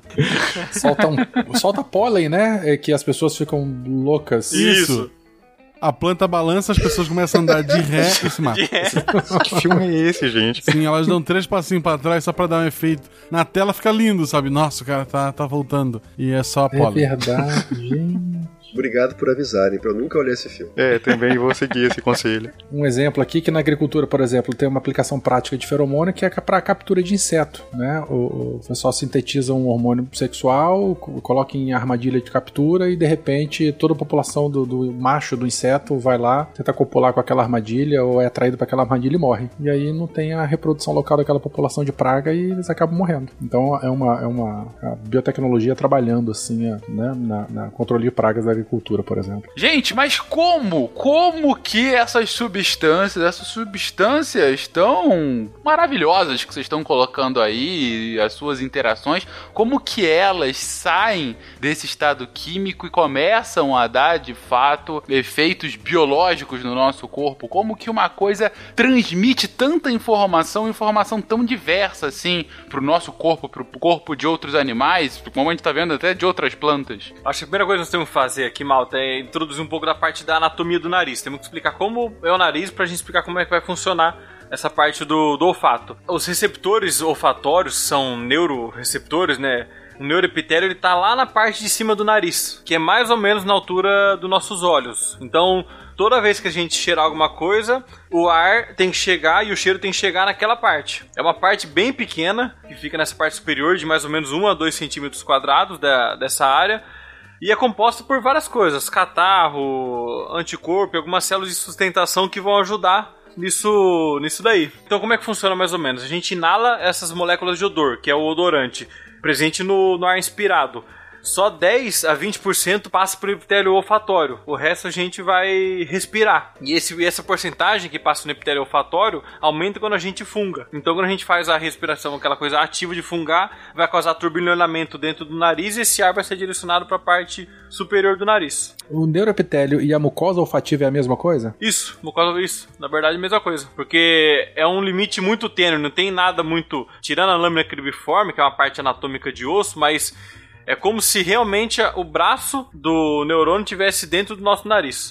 Solta pólen, né? Que as pessoas ficam loucas. Isso. A planta balança, as pessoas começam a andar de ré e se matam. Que filme é esse, gente? Sim, elas dão 3 passinhos pra trás só pra dar um efeito. Na tela fica lindo, sabe? Nossa, o cara tá voltando. E é só a pólen. É verdade, gente. Obrigado por avisarem, pra eu nunca olhar esse filme. Também vou seguir esse conselho. Um exemplo aqui que na agricultura, por exemplo, tem uma aplicação prática de feromônio que é para a captura de inseto, né? O pessoal sintetiza um hormônio sexual, coloca em armadilha de captura e de repente toda a população do macho do inseto vai lá, tenta copular com aquela armadilha ou é atraído para aquela armadilha e morre. E aí não tem a reprodução local daquela população de praga e eles acabam morrendo. Então é uma biotecnologia trabalhando assim, né, na controle de pragas da agricultura, por exemplo. Gente, mas como? Como que essas substâncias tão maravilhosas que vocês estão colocando aí, as suas interações, como que elas saem desse estado químico e começam a dar, de fato, efeitos biológicos no nosso corpo? Como que uma coisa transmite tanta informação tão diversa, assim, pro nosso corpo, pro corpo de outros animais, como a gente tá vendo até de outras plantas? Acho que a primeira coisa que nós temos que fazer aqui, malta, é introduzir um pouco da parte da anatomia do nariz. Temos que explicar como é o nariz pra gente explicar como é que vai funcionar essa parte do olfato. Os receptores olfatórios são neuroreceptores, né? O neuroepitélio ele tá lá na parte de cima do nariz, que é mais ou menos na altura dos nossos olhos. Então, toda vez que a gente cheirar alguma coisa, o ar tem que chegar e o cheiro tem que chegar naquela parte. É uma parte bem pequena, que fica nessa parte superior de mais ou menos 1 a 2 centímetros quadrados dessa área. E é composta por várias coisas, catarro, anticorpo e algumas células de sustentação que vão ajudar nisso daí. Então como é que funciona mais ou menos? A gente inala essas moléculas de odor, que é o odorante, presente no ar inspirado. Só 10 a 20% passa por epitélio olfatório. O resto a gente vai respirar. E essa porcentagem que passa no epitélio olfatório aumenta quando a gente funga. Então quando a gente faz a respiração, aquela coisa ativa de fungar, vai causar turbilhonamento dentro do nariz e esse ar vai ser direcionado para a parte superior do nariz. O neuroepitélio e a mucosa olfativa é a mesma coisa? Isso, na verdade é a mesma coisa. Porque é um limite muito tênue, não tem nada muito... Tirando a lâmina cribriforme, que é uma parte anatômica de osso, mas... É como se realmente o braço do neurônio estivesse dentro do nosso nariz.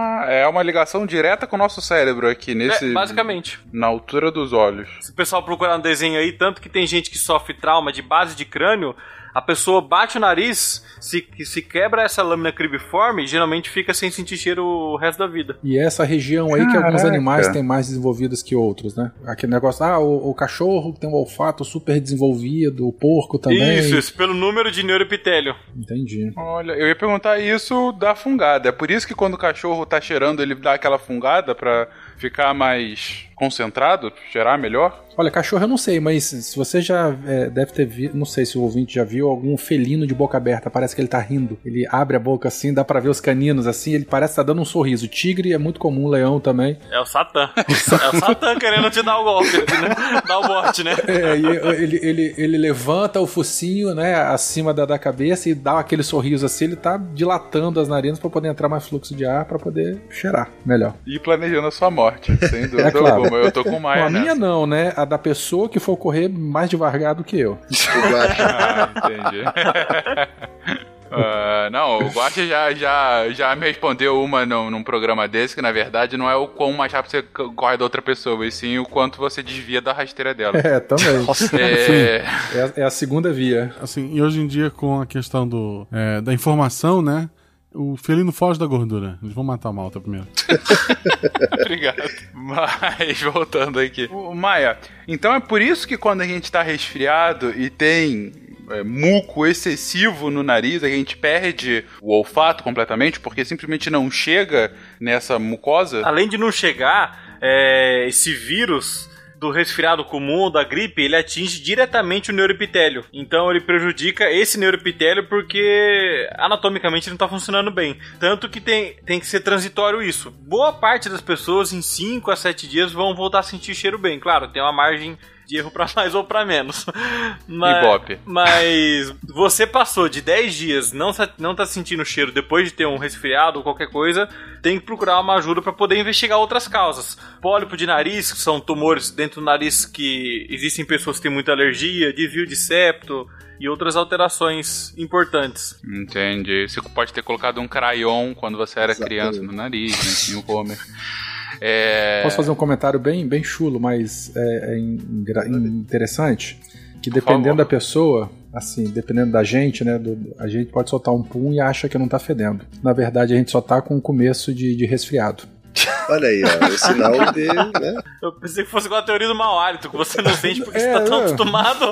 É uma ligação direta com o nosso cérebro aqui, basicamente. Na altura dos olhos. Se o pessoal procurar um desenho aí, tanto que tem gente que sofre trauma de base de crânio, a pessoa bate o nariz, se quebra essa lâmina cribriforme, geralmente fica sem sentir cheiro o resto da vida. E essa região aí que alguns animais têm mais desenvolvidas que outros, né? Aquele negócio, o cachorro tem um olfato super desenvolvido, o porco também. Isso, pelo número de neuroepitélio. Entendi. Olha, eu ia perguntar isso da fungada. É por isso que quando o cachorro tá cheirando, ele dá aquela fungada pra ficar mais concentrado, cheirar melhor? Olha, cachorro eu não sei, mas se você já deve ter visto, não sei se o ouvinte já viu algum felino de boca aberta, parece que ele tá rindo. Ele abre a boca assim, dá pra ver os caninos assim, ele parece que tá dando um sorriso. Tigre é muito comum, leão também. É o Satã. É o Satã querendo te dar o golpe, né? Dar o bote, né? E ele levanta o focinho, né, acima da cabeça e dá aquele sorriso assim, ele tá dilatando as narinas pra poder entrar mais fluxo de ar, pra poder cheirar melhor. E planejando a sua morte, sem dúvida claro. alguma. Eu tô com o Maia A minha não, né? A da pessoa que for correr mais devagar do que eu. Entendi. Não, o Guaxa já me respondeu uma num programa desse, que na verdade não é o quão mais rápido você corre da outra pessoa, e sim o quanto você desvia da rasteira dela. Também. É a segunda via. Assim, e hoje em dia com a questão da informação, né? O felino foge da gordura. Eles vão matar a malta primeiro. Obrigado. Mas, voltando aqui. Maia, então é por isso que quando a gente tá resfriado e tem muco excessivo no nariz, a gente perde o olfato completamente, porque simplesmente não chega nessa mucosa? Além de não chegar, esse vírus do resfriado comum, da gripe, ele atinge diretamente o neuroepitélio. Então ele prejudica esse neuroepitélio porque anatomicamente ele não tá funcionando bem. Tanto que tem que ser transitório isso. Boa parte das pessoas em 5 a 7 dias vão voltar a sentir cheiro bem. Claro, tem uma margem de erro pra mais ou pra menos. Mas você passou de 10 dias não tá sentindo cheiro depois de ter um resfriado ou qualquer coisa, tem que procurar uma ajuda pra poder investigar outras causas. Pólipo de nariz, que são tumores dentro do nariz que existem pessoas que têm muita alergia, desvio de septo e outras alterações importantes. Entendi. Você pode ter colocado um crayon quando você era criança no nariz, né? Tinha o Homer. Posso fazer um comentário bem chulo, mas interessante? Que dependendo da pessoa, assim, dependendo da gente, né? A gente pode soltar um pum e acha que não tá fedendo. Na verdade, a gente só tá com o começo de resfriado. Olha aí, ó, o sinal de, né? Eu pensei que fosse igual a teoria do mau hálito, que você não sente porque você tá tão acostumado.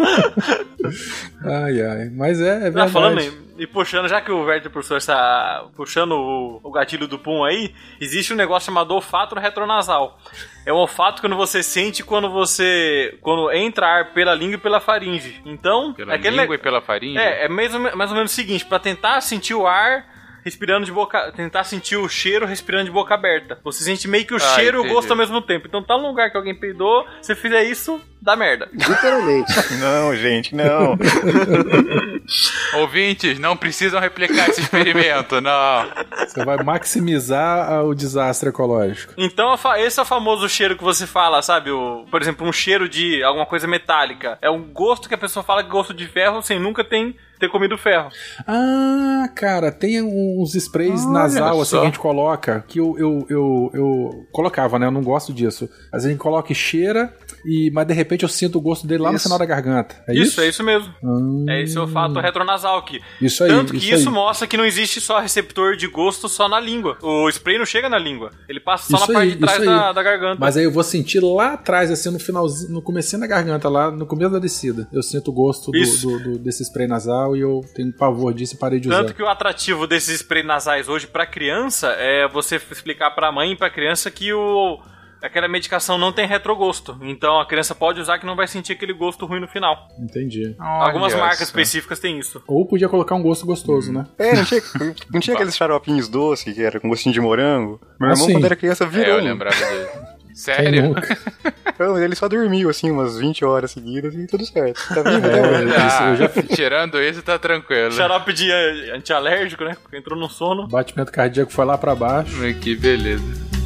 Ai, mas é verdade. Falando e puxando, já que o Werther professor está puxando o gatilho do pum aí, existe um negócio chamado olfato retronasal. É um olfato quando você sente quando entra ar pela língua e pela faringe. Então, pela língua e pela faringe? É mais ou menos o seguinte, pra tentar sentir o ar respirando de boca, tentar sentir o cheiro respirando de boca aberta. Você sente meio que o cheiro e o gosto ao mesmo tempo. Então tá num lugar que alguém peidou, se fizer isso, dá merda. Literalmente. Não, gente, não. Ouvintes, não precisam replicar esse experimento, não. Você vai maximizar o desastre ecológico. Então esse é o famoso cheiro que você fala, sabe? Por exemplo, um cheiro de alguma coisa metálica. É um gosto que a pessoa fala que é gosto de ferro sem nunca ter comido ferro. Ah, cara, tem uns sprays nasal assim que a gente coloca, que eu colocava, né? Eu não gosto disso. Mas a gente coloca e cheira, mas de repente eu sinto o gosto dele lá no final da garganta. É isso? É isso mesmo. É esse olfato retronasal aqui. Isso aí. Tanto que isso mostra que não existe só receptor de gosto só na língua. O spray não chega na língua. Ele passa só na parte de trás da garganta. Mas aí eu vou sentir lá atrás, assim, no finalzinho, no comecinho da garganta, lá no começo da descida. Eu sinto o gosto desse spray nasal e eu tenho pavor disso e parei de usar. Tanto que o atrativo desses spray nasais hoje pra criança é você explicar pra mãe e pra criança que aquela medicação não tem retrogosto. Então a criança pode usar que não vai sentir aquele gosto ruim no final. Entendi. Algumas marcas específicas têm isso. Ou podia colocar um gosto gostoso, né? Não tinha aqueles xaropinhos doces que era com gostinho de morango? Meu irmão, quando era criança, virou. Eu lembrava dele. Sério? Não, ele só dormiu, assim, umas 20 horas seguidas e tudo certo. Tá vivo, Tirando isso, tá tranquilo. Xarope de antialérgico, né? Porque entrou no sono. Batimento cardíaco foi lá pra baixo. Que beleza.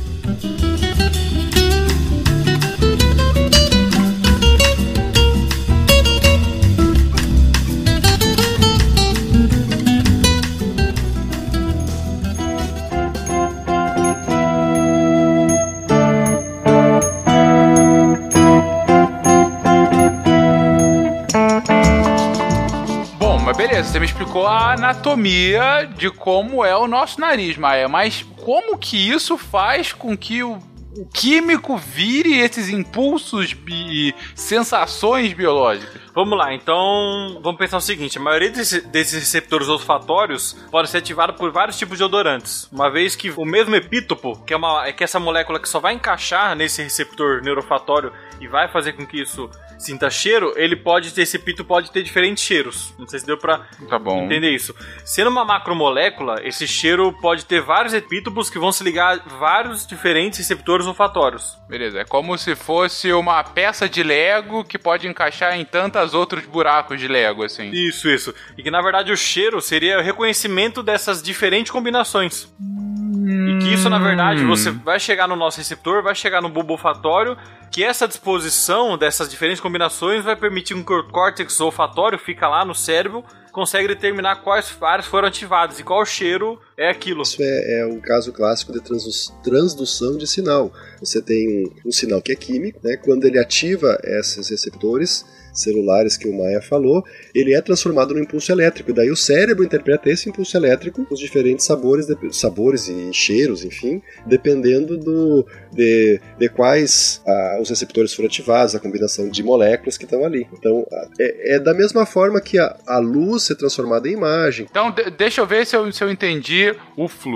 Beleza, você me explicou a anatomia de como é o nosso nariz, Maia, mas como que isso faz com que o químico vire esses impulsos e sensações biológicas? Vamos lá, então vamos pensar o seguinte: a maioria desses receptores olfatórios podem ser ativados por vários tipos de odorantes, uma vez que o mesmo epítopo, que é essa molécula que só vai encaixar nesse receptor neuroolfatório e vai fazer com que isso sinta cheiro, esse epítopo pode ter diferentes cheiros. Não sei se deu pra entender isso. Sendo uma macromolécula, esse cheiro pode ter vários epítopos que vão se ligar a vários diferentes receptores olfatórios. Beleza, é como se fosse uma peça de Lego que pode encaixar em tantos outros buracos de Lego, assim. Isso. E que, na verdade, o cheiro seria o reconhecimento dessas diferentes combinações. E que isso, na verdade, você vai chegar no nosso receptor, vai chegar no bulbo olfatório, que essa disposição dessas diferentes combinações vai permitir que o córtex olfatório fica lá no cérebro, consegue determinar quais áreas foram ativadas e qual cheiro é aquilo. Isso é um caso clássico de transdução de sinal. Você tem um sinal que é químico, né? Quando ele ativa esses receptores celulares que o Maia falou, ele é transformado no impulso elétrico, e daí o cérebro interpreta esse impulso elétrico com os diferentes sabores e cheiros, enfim, dependendo de quais os receptores foram ativados, a combinação de moléculas que estão ali. Então, é da mesma forma que a luz ser transformada em imagem. Então, deixa eu ver se eu entendi o fluxo.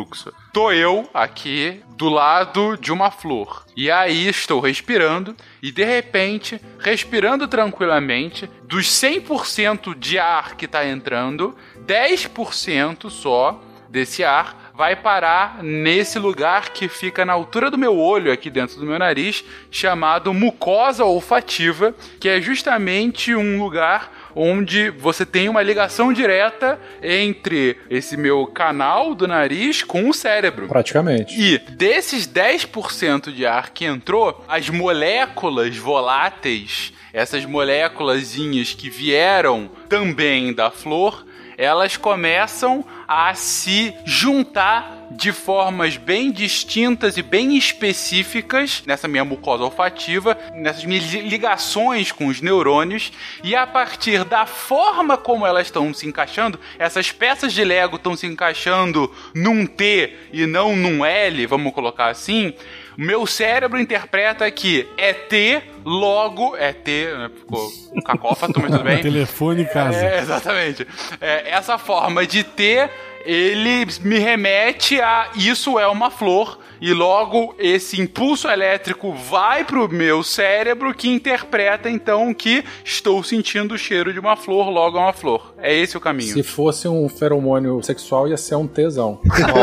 tô eu aqui do lado de uma flor. E aí estou respirando e de repente, respirando tranquilamente, dos 100% de ar que tá entrando, 10% só desse ar vai parar nesse lugar que fica na altura do meu olho, aqui dentro do meu nariz, chamado mucosa olfativa, que é justamente um lugar onde você tem uma ligação direta entre esse meu canal do nariz com o cérebro. Praticamente. E desses 10% de ar que entrou, as moléculas voláteis, essas moléculazinhas que vieram também da flor, elas começam a se juntar de formas bem distintas e bem específicas nessa minha mucosa olfativa, nessas minhas ligações com os neurônios, e a partir da forma como elas estão se encaixando, essas peças de Lego estão se encaixando num T e não num L, vamos colocar assim, o meu cérebro interpreta que é T, logo é T, né? Ficou um cacófato, mas tudo bem. Telefone em casa. Exatamente. Essa forma de T, ele me remete a isso é uma flor, e logo esse impulso elétrico vai pro meu cérebro, que interpreta então que estou sentindo o cheiro de uma flor, logo é uma flor. É esse o caminho. Se fosse um feromônio sexual, ia ser um tesão.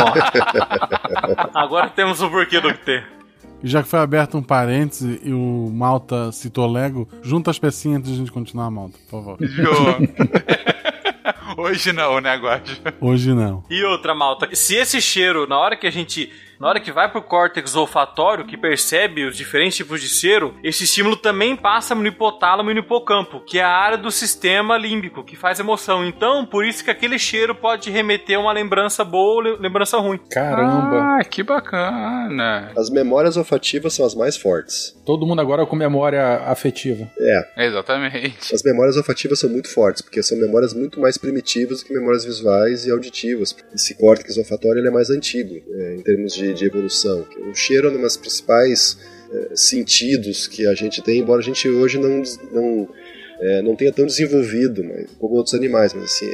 Agora temos o porquê do T. Já que foi aberto um parêntese e o Malta citou Lego, junta as pecinhas antes de a gente continuar, Malta, por favor. Hoje não, né, Guacho? Hoje não. E outra, Malta, se esse cheiro, na hora que vai pro córtex olfatório, que percebe os diferentes tipos de cheiro, esse estímulo também passa no hipotálamo e no hipocampo, que é a área do sistema límbico, que faz emoção. Então, por isso que aquele cheiro pode remeter a uma lembrança boa ou lembrança ruim. Caramba! Ah, que bacana! As memórias olfativas são as mais fortes. Todo mundo agora com memória afetiva. Exatamente. As memórias olfativas são muito fortes, porque são memórias muito mais primitivas do que memórias visuais e auditivas. Esse córtex olfatório ele é mais antigo, em termos de evolução. O cheiro é um dos principais sentidos que a gente tem, embora a gente hoje não tenha tão desenvolvido, como outros animais, mas assim,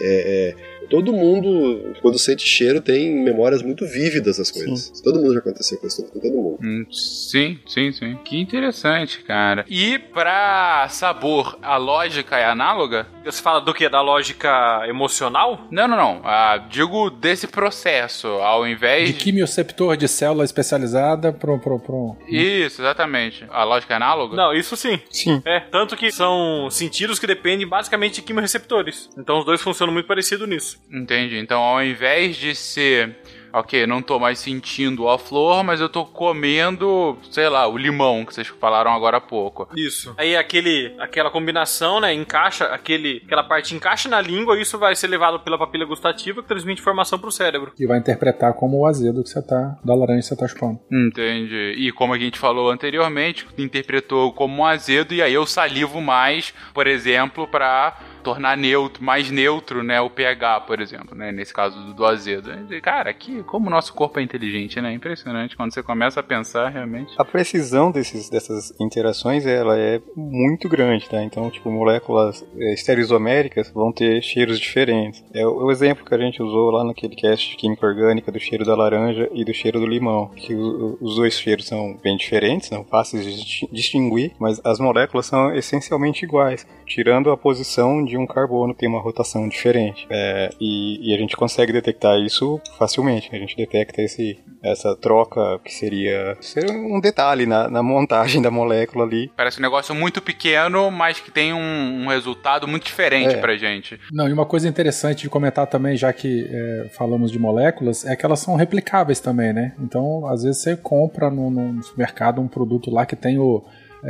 todo mundo, quando sente cheiro, tem memórias muito vívidas das coisas. Sim. Todo mundo já aconteceu com isso, com todo mundo. Sim. Que interessante, cara. E pra sabor, a lógica é análoga? Você fala do quê? Da lógica emocional? Não. Digo desse processo, ao invés... De quimioceptor de célula especializada pro... Isso, exatamente. A lógica é análoga? Não, isso sim. Sim. Tanto que são sentidos que dependem basicamente de quimioreceptores. Então os dois funcionam muito parecido nisso. Entendi. Então, ao invés de ser... Ok, não tô mais sentindo a flor, mas eu tô comendo, sei lá, o limão que vocês falaram agora há pouco. Isso. Aí aquela combinação, né, aquela parte encaixa na língua, e isso vai ser levado pela papila gustativa, que transmite informação pro cérebro. E vai interpretar como o azedo da laranja que você tá chupando. Entendi. E como a gente falou anteriormente, interpretou como um azedo, e aí eu salivo mais, por exemplo, pra tornar mais neutro, né, o pH, por exemplo, né, nesse caso do azedo. Cara, como o nosso corpo é inteligente, né, impressionante, quando você começa a pensar, realmente. A precisão dessas interações, ela é muito grande, tá, então, tipo, moléculas estereoisoméricas vão ter cheiros diferentes. É o exemplo que a gente usou lá naquele cast de química orgânica do cheiro da laranja e do cheiro do limão, que os dois cheiros são bem diferentes, não fáceis de distinguir, mas as moléculas são essencialmente iguais, tirando a posição de um carbono que tem uma rotação diferente. E a gente consegue detectar isso facilmente. A gente detecta essa troca que seria um detalhe na montagem da molécula ali. Parece um negócio muito pequeno, mas que tem um resultado muito diferente pra gente. Não, e uma coisa interessante de comentar também, já que falamos de moléculas, é que elas são replicáveis também, né? Então, às vezes você compra no supermercado um produto lá que tem o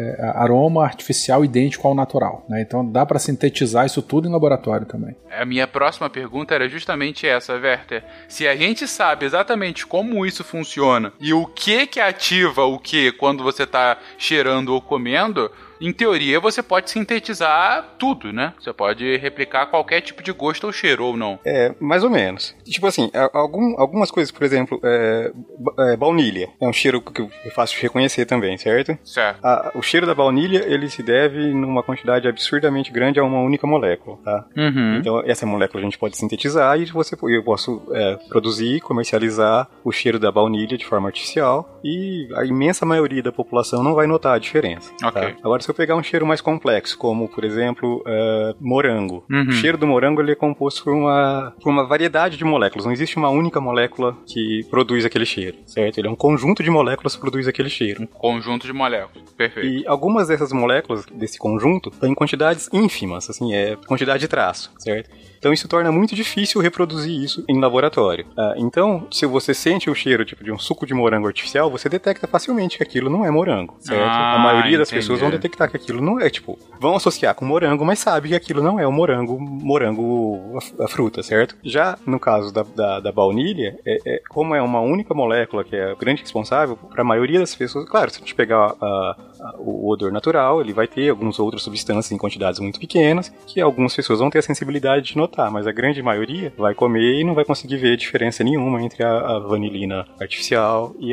aroma artificial idêntico ao natural, né? Então dá para sintetizar isso tudo em laboratório também. A minha próxima pergunta era justamente essa, Werther. Se a gente sabe exatamente como isso funciona e o que ativa o que quando você tá cheirando ou comendo, em teoria, você pode sintetizar tudo, né? Você pode replicar qualquer tipo de gosto ou cheiro, ou não. Mais ou menos. Tipo assim, algumas coisas, por exemplo, baunilha. É um cheiro que é fácil de reconhecer também, certo? Certo. O cheiro da baunilha, ele se deve numa quantidade absurdamente grande a uma única molécula, tá? Uhum. Então, essa molécula a gente pode sintetizar e eu posso produzir, comercializar o cheiro da baunilha de forma artificial e a imensa maioria da população não vai notar a diferença. Ok. Tá? Agora, se eu pegar um cheiro mais complexo, como, por exemplo, morango. Uhum. O cheiro do morango ele é composto por uma variedade de moléculas. Não existe uma única molécula que produz aquele cheiro, certo? Ele é um conjunto de moléculas que produz aquele cheiro. Um conjunto de moléculas. Perfeito. E algumas dessas moléculas, desse conjunto, estão em quantidades ínfimas, assim, quantidade de traço, certo? Então isso torna muito difícil reproduzir isso em laboratório. Então, se você sente o cheiro tipo de um suco de morango artificial, você detecta facilmente que aquilo não é morango, certo? A maioria das pessoas vão detectar que aquilo não é, vão associar com morango, mas sabe que aquilo não é o morango a fruta, certo? Já no caso da baunilha, como é uma única molécula que é a grande responsável, para a maioria das pessoas, claro, se a gente pegar o odor natural, ele vai ter algumas outras substâncias em quantidades muito pequenas, que algumas pessoas vão ter a sensibilidade de notar, mas a grande maioria vai comer e não vai conseguir ver diferença nenhuma entre a vanilina artificial e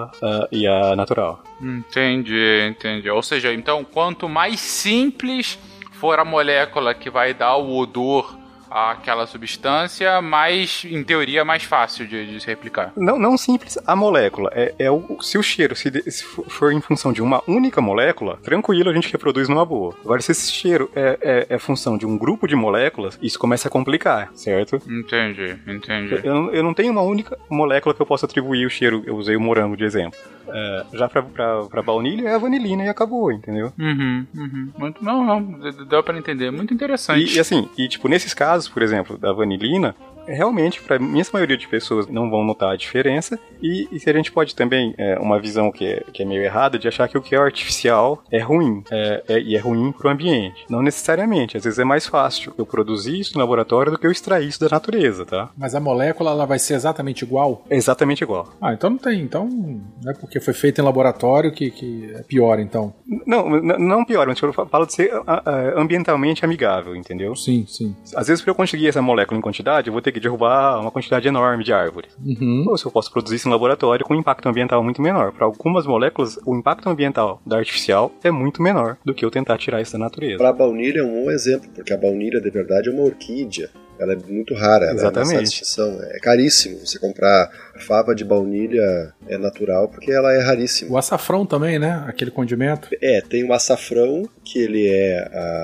a natural. Entendi. Ou seja, então, quanto mais simples for a molécula que vai dar o odor àquela substância, mais, em teoria, mais fácil de se replicar. Não simples a molécula. Se o cheiro se for em função de uma única molécula, tranquilo, a gente reproduz numa boa. Agora, se esse cheiro é função de um grupo de moléculas, isso começa a complicar, certo? Entendi. Eu não tenho uma única molécula que eu possa atribuir o cheiro. Eu usei o morango de exemplo. Já pra baunilha é a vanilina e acabou, entendeu? Muito, não, deu pra entender. Muito interessante. E tipo, nesses casos, por exemplo, da vanilina, realmente, para a imensa maioria de pessoas não vão notar a diferença, e se a gente pode também, uma visão que é meio errada, de achar que o que é artificial é ruim, e é ruim para o ambiente. Não necessariamente, às vezes é mais fácil eu produzir isso no laboratório do que eu extrair isso da natureza, tá? Mas a molécula, ela vai ser exatamente igual? É exatamente igual. Então não tem, então não é porque foi feito em laboratório que é pior, então? Não pior, mas eu falo de ser ambientalmente amigável, entendeu? Sim. Às vezes, para eu conseguir essa molécula em quantidade, eu vou ter que derrubar uma quantidade enorme de árvores. Ou se eu posso produzir isso em laboratório com um impacto ambiental muito menor. Para algumas moléculas, o impacto ambiental da artificial é muito menor do que eu tentar tirar isso da natureza. Para a baunilha é um bom exemplo, porque a baunilha, de verdade, é uma orquídea. Ela é muito rara, ela Exatamente. É uma extinção. É caríssimo você comprar fava de baunilha natural, porque ela é raríssima. O açafrão também, né? Aquele condimento. Tem o açafrão, que ele é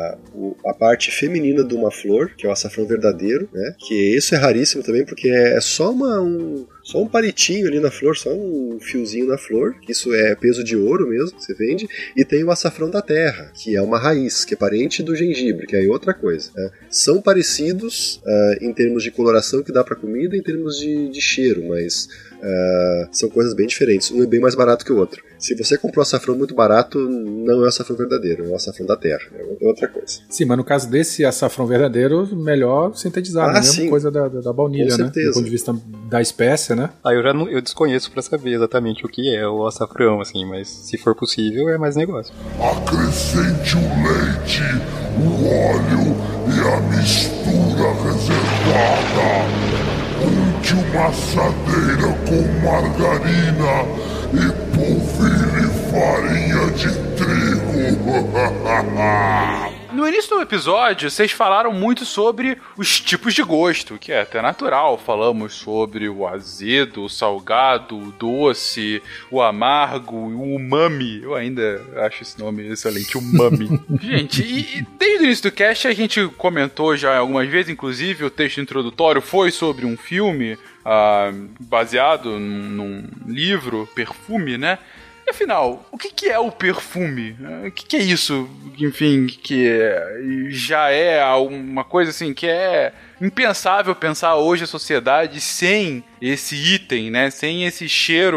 a parte feminina de uma flor, que é o açafrão verdadeiro, né? Que isso é raríssimo também, porque é só um palitinho ali na flor, só um fiozinho na flor, que isso é peso de ouro mesmo, que você vende, e tem o açafrão da terra, que é uma raiz, que é parente do gengibre, que é outra coisa. Né? São parecidos em termos de coloração que dá para comida, em termos de cheiro, mas são coisas bem diferentes. Um é bem mais barato que o outro. Se você comprou açafrão muito barato, não é o açafrão verdadeiro, é o açafrão da terra, é outra coisa. Sim, mas no caso desse açafrão verdadeiro, melhor sintetizar, a mesma coisa da baunilha, com né? certeza. Do ponto de vista da espécie, né? Eu desconheço pra saber exatamente o que é o açafrão, assim, mas se for possível, é mais negócio. Acrescente o leite, o óleo e a mistura reservada. Unte uma assadeira com margarina e polvilhe farinha de trigo. No início do episódio, vocês falaram muito sobre os tipos de gosto, que é até natural. Falamos sobre o azedo, o salgado, o doce, o amargo, o umami. Eu ainda acho esse nome excelente, umami. Gente, e desde o início do cast a gente comentou já algumas vezes, inclusive o texto introdutório foi sobre um filme baseado num livro, Perfume, né? E afinal, o que é o perfume? O que é isso, enfim, que já é uma coisa assim que é impensável pensar hoje a sociedade sem esse item, né? Sem esse cheiro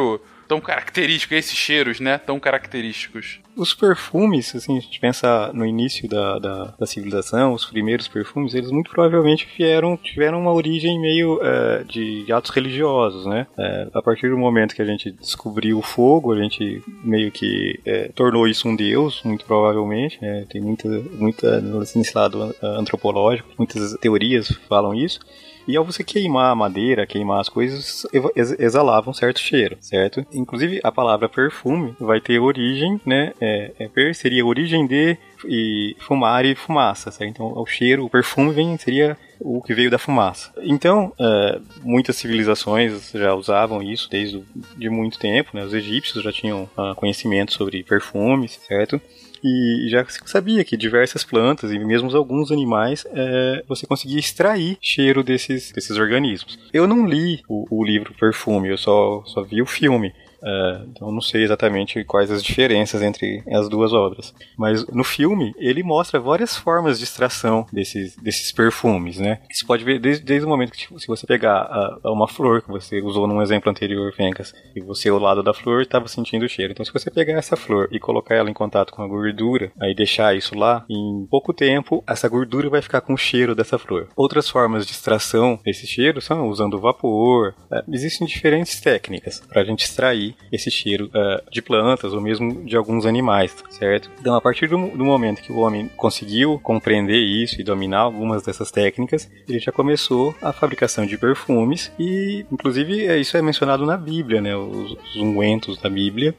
tão característico, esses cheiros, né, tão característicos. Os perfumes, assim, a gente pensa no início da civilização, os primeiros perfumes, eles muito provavelmente tiveram uma origem meio de atos religiosos, né? A partir do momento que a gente descobriu o fogo, a gente meio que tornou isso um deus, muito provavelmente, né? Tem muita nesse lado antropológico, muitas teorias falam isso. E ao você queimar a madeira, queimar as coisas, exalava um certo cheiro, certo? Inclusive, a palavra perfume vai ter origem, né? Seria origem de e fumar e fumaça, certo? Então, o cheiro, o perfume seria o que veio da fumaça. Então, muitas civilizações já usavam isso desde muito tempo, né? Os egípcios já tinham conhecimento sobre perfumes, certo? E já se sabia que diversas plantas e mesmo alguns animais você conseguia extrair cheiro desses organismos. Eu não li o livro Perfume, eu só vi o filme. Então não sei exatamente quais as diferenças entre as duas obras. Mas no filme ele mostra várias formas de extração desses perfumes, né? Você pode ver desde o momento que se você pegar uma flor que você usou num exemplo anterior, Fencas, e você ao lado da flor estava sentindo o cheiro. Então se você pegar essa flor e colocar ela em contato com a gordura, aí deixar isso lá, em pouco tempo essa gordura vai ficar com o cheiro dessa flor. Outras formas de extração desse cheiro são usando vapor. Existem diferentes técnicas para a gente extrair esse cheiro de plantas ou mesmo de alguns animais, certo? Então, a partir do momento que o homem conseguiu compreender isso e dominar algumas dessas técnicas, ele já começou a fabricação de perfumes e, inclusive, isso é mencionado na Bíblia, né? Os ungüentos da Bíblia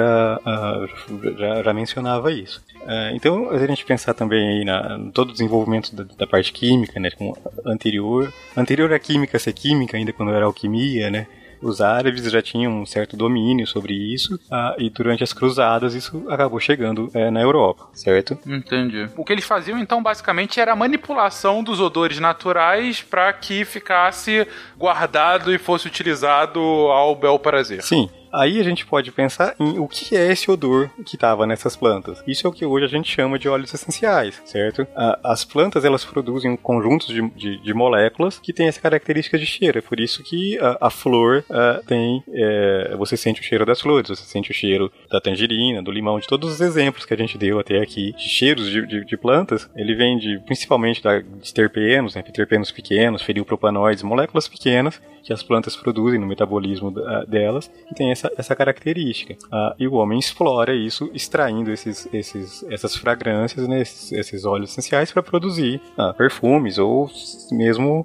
já mencionava isso. Então, a gente pensar também aí no todo o desenvolvimento da parte química, né? Anterior à química ser química, ainda quando era alquimia, né? Os árabes já tinham um certo domínio sobre isso, e durante as cruzadas isso acabou chegando na Europa, certo? Entendi. O que eles faziam, então, basicamente, era a manipulação dos odores naturais para que ficasse guardado e fosse utilizado ao bel prazer. Sim. Aí a gente pode pensar em o que é esse odor que estava nessas plantas. Isso é o que hoje a gente chama de óleos essenciais, certo? As plantas, elas produzem conjuntos de moléculas que têm essa característica de cheiro. É por isso que a flor tem... você sente o cheiro das flores, você sente o cheiro da tangerina, do limão, de todos os exemplos que a gente deu até aqui de cheiros de plantas. Ele vem principalmente de terpenos, né? Terpenos pequenos, fenilpropanoides, moléculas pequenas que as plantas produzem no metabolismo delas, e tem essa característica. E o homem explora isso, extraindo essas fragrâncias, né, esses óleos essenciais para produzir perfumes, ou mesmo...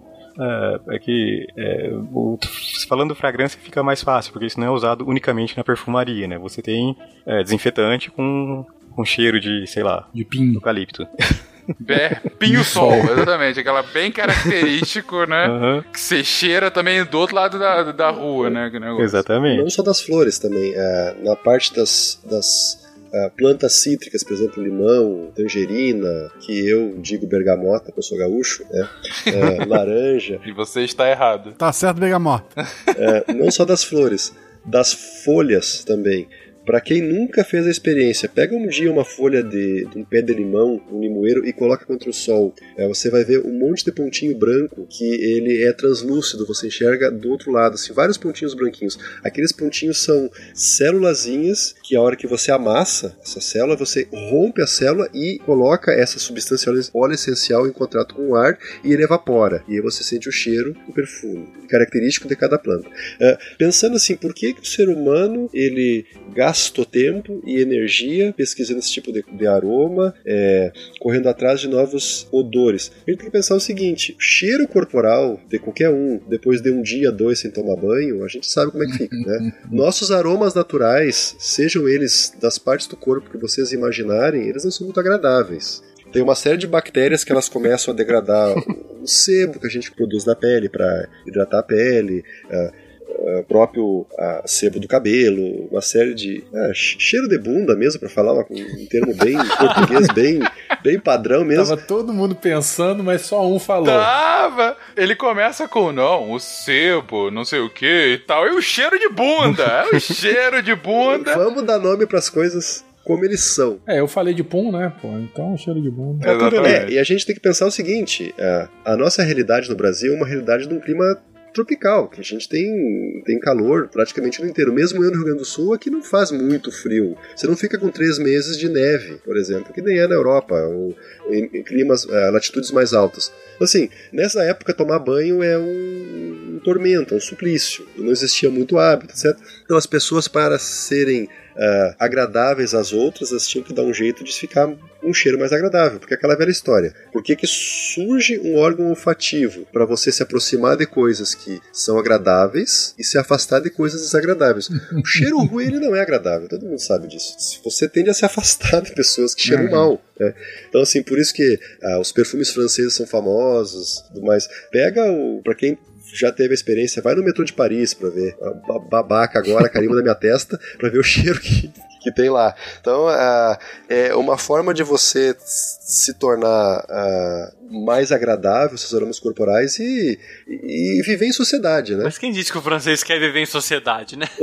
falando fragrância fica mais fácil, porque isso não é usado unicamente na perfumaria, né? Você tem desinfetante com cheiro de, sei lá, de pinho, eucalipto. Pinho-sol, exatamente, aquela bem característico, né? Uhum. Que você cheira também do outro lado da rua, né? Que negócio. Exatamente. Não só das flores também, na parte das plantas cítricas, por exemplo, limão, tangerina, que eu digo bergamota, porque eu sou gaúcho, né? Laranja. E você está errado. Tá certo, bergamota. Não só das flores, das folhas também. Para quem nunca fez a experiência, pega um dia uma folha de um pé de limão, um limoeiro, e coloca contra o sol. Você vai ver um monte de pontinho branco que ele é translúcido, você enxerga do outro lado, assim, vários pontinhos branquinhos. Aqueles pontinhos são célulazinhas que a hora que você amassa essa célula, você rompe a célula e coloca essa substância óleo essencial em contato com o ar e ele evapora. E aí você sente o cheiro do perfume, característico de cada planta. Pensando assim, por que o ser humano ele gastou tempo e energia pesquisando esse tipo de aroma, correndo atrás de novos odores? A gente tem que pensar o seguinte: o cheiro corporal de qualquer um, depois de um dia, 2 sem tomar banho, a gente sabe como é que fica, né? Nossos aromas naturais, sejam eles das partes do corpo que vocês imaginarem, eles não são muito agradáveis. Tem uma série de bactérias que elas começam a degradar o sebo que a gente produz na pele para hidratar a pele, o próprio sebo do cabelo, uma série de cheiro de bunda mesmo, para falar um termo bem português, bem padrão mesmo. Tava todo mundo pensando, mas só um falou. Tava! Ele começa com, o sebo, não sei o que e tal, e o cheiro de bunda, o cheiro de bunda. Vamos dar nome pras coisas como eles são. Eu falei de pum, né, pô? Então, cheiro de bunda. E a gente tem que pensar o seguinte: a nossa realidade no Brasil é uma realidade de um clima tropical, que a gente tem calor praticamente no inteiro. Mesmo eu no Rio Grande do Sul, aqui não faz muito frio. Você não fica com 3 meses de neve, por exemplo, que nem é na Europa, ou em climas, latitudes mais altas. Então, assim, nessa época tomar banho é um tormento, é um suplício. Não existia muito hábito, etc. Então as pessoas, para serem agradáveis às outras, elas tinham que dar um jeito de ficar um cheiro mais agradável, porque é aquela velha história. Por que surge um órgão olfativo? Para você se aproximar de coisas que são agradáveis e se afastar de coisas desagradáveis. O cheiro ruim, ele não é agradável, todo mundo sabe disso. Você tende a se afastar de pessoas que cheiram mal, né? Então, assim, por isso que os perfumes franceses são famosos, tudo mais. Para quem já teve a experiência, vai no metrô de Paris pra ver. A babaca agora carimba na minha testa pra ver o cheiro que tem lá. Então, é uma forma de você se tornar mais agradável, seus aromas corporais e viver em sociedade, né? Mas quem disse que o francês quer viver em sociedade, né?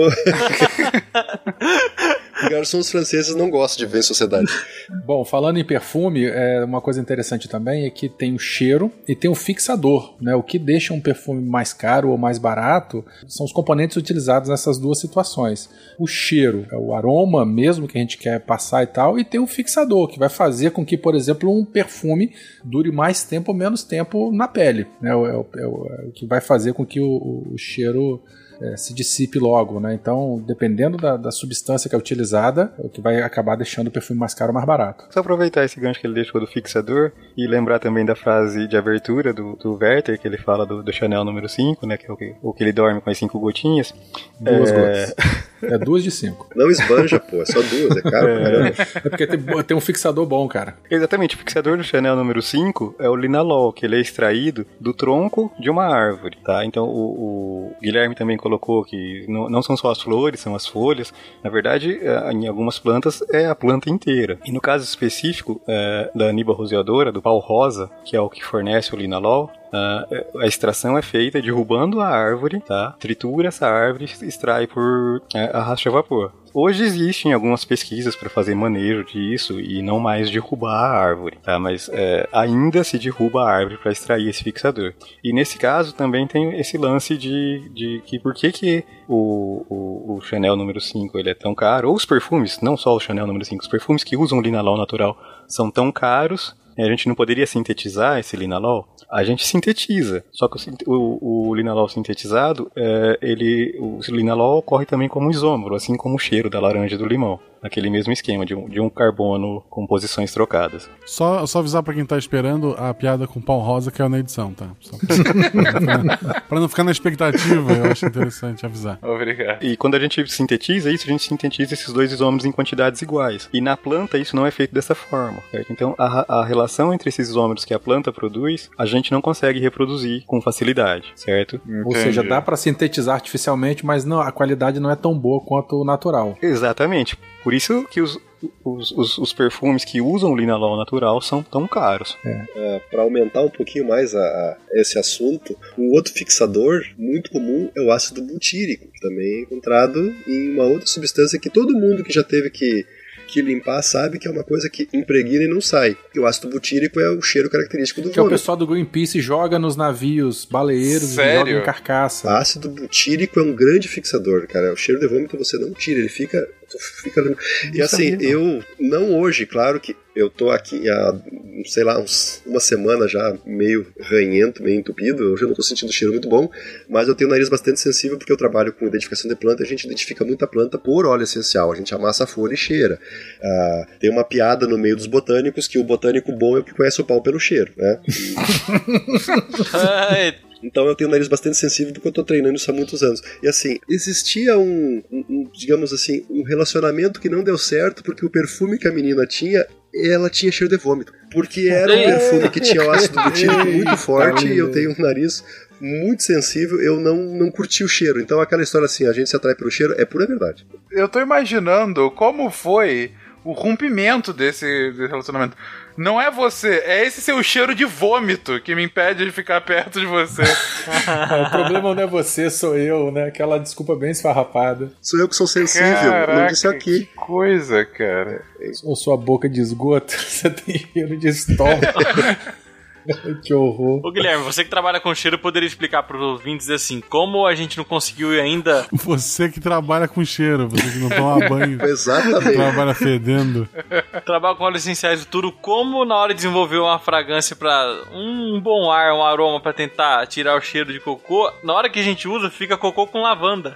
Garçons franceses não gostam de viver em sociedade. Bom, falando em perfume, uma coisa interessante também é que tem o cheiro e tem o fixador, né? O que deixa um perfume mais caro ou mais barato são os componentes utilizados nessas duas situações. O cheiro é o aroma mesmo que a gente quer passar e tal, e tem o fixador, que vai fazer com que, por exemplo, um perfume dure mais tempo ou menos tempo na pele, né? É o que vai fazer com que o cheiro se dissipe logo, né? Então, dependendo da substância que é utilizada, é o que vai acabar deixando o perfume mais caro ou mais barato. Só aproveitar esse gancho que ele deixou do fixador e lembrar também da frase de abertura do Werther, que ele fala do Chanel número 5, né? Que é o que ele dorme com as 5 gotinhas. 2 gotas. É 2 de 5. Não esbanja, pô, é só 2, é caro pra caramba. É porque tem um fixador bom, cara. Exatamente, o fixador do Chanel número 5 é o linalol, que ele é extraído do tronco de uma árvore, tá? Então o Guilherme também colocou que não são só as flores, são as folhas. Na verdade, em algumas plantas é a planta inteira. E no caso específico da Aniba roseadora, do pau rosa, que é o que fornece o linalol, a extração é feita derrubando a árvore, tá? Tritura essa árvore e extrai por arrasto a vapor. Hoje existem algumas pesquisas para fazer manejo disso e não mais derrubar a árvore, tá? Mas ainda se derruba a árvore para extrair esse fixador. E nesse caso também tem esse lance de que por que o Chanel número 5 ele é tão caro, ou os perfumes, não só o Chanel número 5, os perfumes que usam linalol natural são tão caros. A gente não poderia sintetizar esse linalol? A gente sintetiza, só que o linalol sintetizado, o linalol ocorre também como isômero, assim como o cheiro da laranja e do limão. Naquele mesmo esquema, de um carbono com posições trocadas. Só avisar pra quem tá esperando, a piada com pau rosa caiu na edição, tá? Pra não ficar na expectativa, eu acho interessante avisar. Obrigado. E quando a gente sintetiza isso, a gente sintetiza esses dois isômeros em quantidades iguais. E na planta isso não é feito dessa forma, certo? Então a relação entre esses isômeros que a planta produz, a gente não consegue reproduzir com facilidade, certo? Entendi. Ou seja, dá pra sintetizar artificialmente, mas não, a qualidade não é tão boa quanto o natural. Exatamente. Por isso que os perfumes que usam o linalol natural são tão caros. Para aumentar um pouquinho mais esse assunto, um outro fixador muito comum é o ácido butírico, que também é encontrado em uma outra substância que todo mundo que já teve que limpar sabe que é uma coisa que impregna e não sai. E o ácido butírico é o cheiro característico do vômito. Que o pessoal do Greenpeace joga nos navios baleeiros. Sério? E joga em carcaça. Ácido butírico é um grande fixador, cara. O cheiro de vômito você não tira, ele fica... E assim, eu, não hoje, claro que eu tô aqui há, sei lá, uma semana já meio ranhento, meio entupido, hoje eu não tô sentindo cheiro muito bom, mas eu tenho o nariz bastante sensível porque eu trabalho com identificação de planta e a gente identifica muita planta por óleo essencial, a gente amassa a folha e cheira. Tem uma piada no meio dos botânicos que o botânico bom é o que conhece o pau pelo cheiro, né? Então eu tenho o nariz bastante sensível porque eu tô treinando isso há muitos anos. E assim, existia digamos assim, um relacionamento que não deu certo porque o perfume que a menina tinha, ela tinha cheiro de vômito. Porque era um perfume que tinha o ácido butírico muito forte e eu tenho um nariz muito sensível, eu não curti o cheiro. Então aquela história assim, a gente se atrai pelo cheiro, é pura verdade. Eu tô imaginando como foi o rompimento desse relacionamento. Não é você, é esse seu cheiro de vômito que me impede de ficar perto de você. O problema não é você, sou eu, né? Aquela desculpa bem esfarrapada. Sou eu que sou sensível, caraca, não disse aqui. Que coisa, cara. Ou sua boca de esgoto, você tem cheiro de estômago. Que horror. Ô Guilherme, você que trabalha com cheiro poderia explicar para os ouvintes assim, como a gente não conseguiu ainda... Você que trabalha com cheiro, você que não toma banho. Exatamente. Trabalha fedendo. Trabalha com óleos essenciais e tudo, como na hora de desenvolver uma fragrância para um bom ar, um aroma para tentar tirar o cheiro de cocô, na hora que a gente usa, fica cocô com lavanda.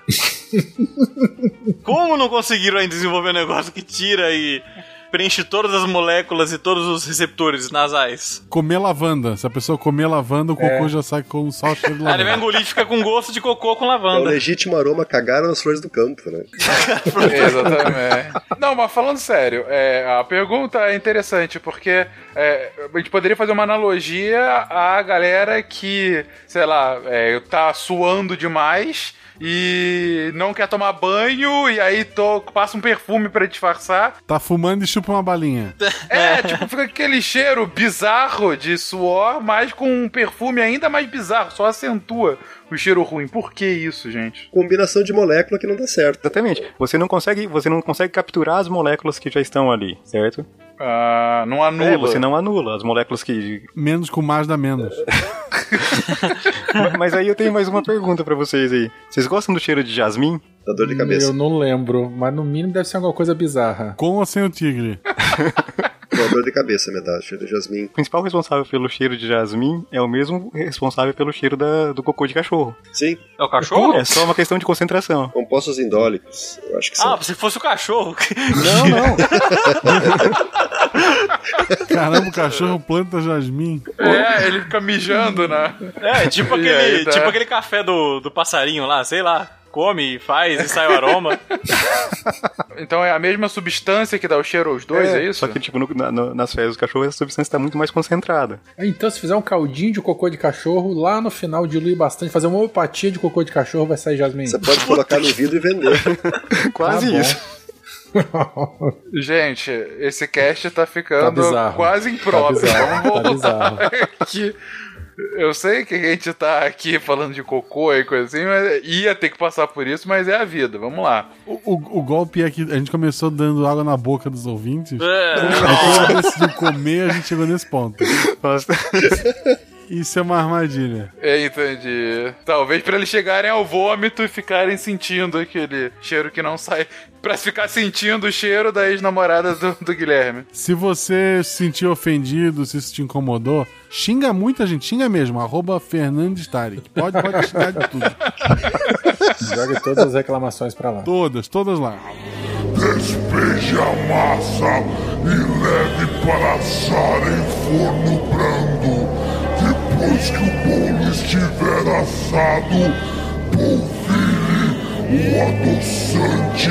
Como não conseguiram ainda desenvolver um negócio que tira e preenche todas as moléculas e todos os receptores nasais? Comer lavanda. Se a pessoa comer lavanda, o cocô já sai com só o cheiro de Aí ele lavanda. vai engolir e fica com gosto de cocô com É o lavanda. legítimo aroma cagaram nas flores do campo, né? Exatamente. Não, mas falando sério, a pergunta é interessante, porque a gente poderia fazer uma analogia à galera que, sei lá, tá suando demais e não quer tomar banho, e aí passa um perfume pra disfarçar. Tá fumando e chupa uma balinha. Tipo, fica aquele cheiro bizarro de suor, mas com um perfume ainda mais bizarro, só acentua o cheiro ruim. Por que isso, gente? Combinação de molécula que não dá certo. Exatamente. Você não consegue capturar as moléculas que já estão ali, certo? Não anula. Você não anula as moléculas que... Menos com mais dá menos. Mas aí eu tenho mais uma pergunta pra vocês aí. Vocês gostam do cheiro de jasmim? Dá dor de cabeça. Eu não lembro, mas no mínimo deve ser alguma coisa bizarra. Com ou sem o tigre? Dá dor de cabeça, me dá. Cheiro de jasmim. O principal responsável pelo cheiro de jasmim é o mesmo responsável pelo cheiro do cocô de cachorro. Sim. É o cachorro? É só uma questão de concentração. Compostos indólicos, eu acho que são. Se fosse o cachorro. Não. Caramba, o cachorro planta jasmim. Ele fica mijando, né? Tipo aquele café do passarinho lá, sei lá. Come, faz e sai o aroma. Então é a mesma substância que dá o cheiro aos dois, é isso? Só que, tipo, nas fezes do cachorro, essa substância está muito mais concentrada. Então, se fizer um caldinho de cocô de cachorro, lá no final diluir bastante, fazer uma homeopatia de cocô de cachorro, vai sair jasmim. Você pode colocar no vidro e vender. Quase isso. Gente, esse cast tá ficando quase impróprio. Vamos voltar aqui. Eu sei que a gente tá aqui falando de cocô e coisa assim, mas ia ter que passar por isso, mas é a vida. Vamos lá. O golpe é que a gente começou dando água na boca dos ouvintes. Quando a gente decidiu comer, a gente chegou nesse ponto. Nossa. Isso é uma armadilha. Entendi. Talvez pra eles chegarem ao vômito e ficarem sentindo aquele cheiro que não sai. Pra ficar sentindo o cheiro da ex-namorada do Guilherme. Se você se sentiu ofendido, se isso te incomodou, xinga muita gente, xinga mesmo, @Fernandes Tarek. Pode xingar de tudo. Jogue todas as reclamações pra lá. Todas lá. Despeje a massa e leve para assar em forno brando. Depois que o bolo estiver assado, polvilhe o adoçante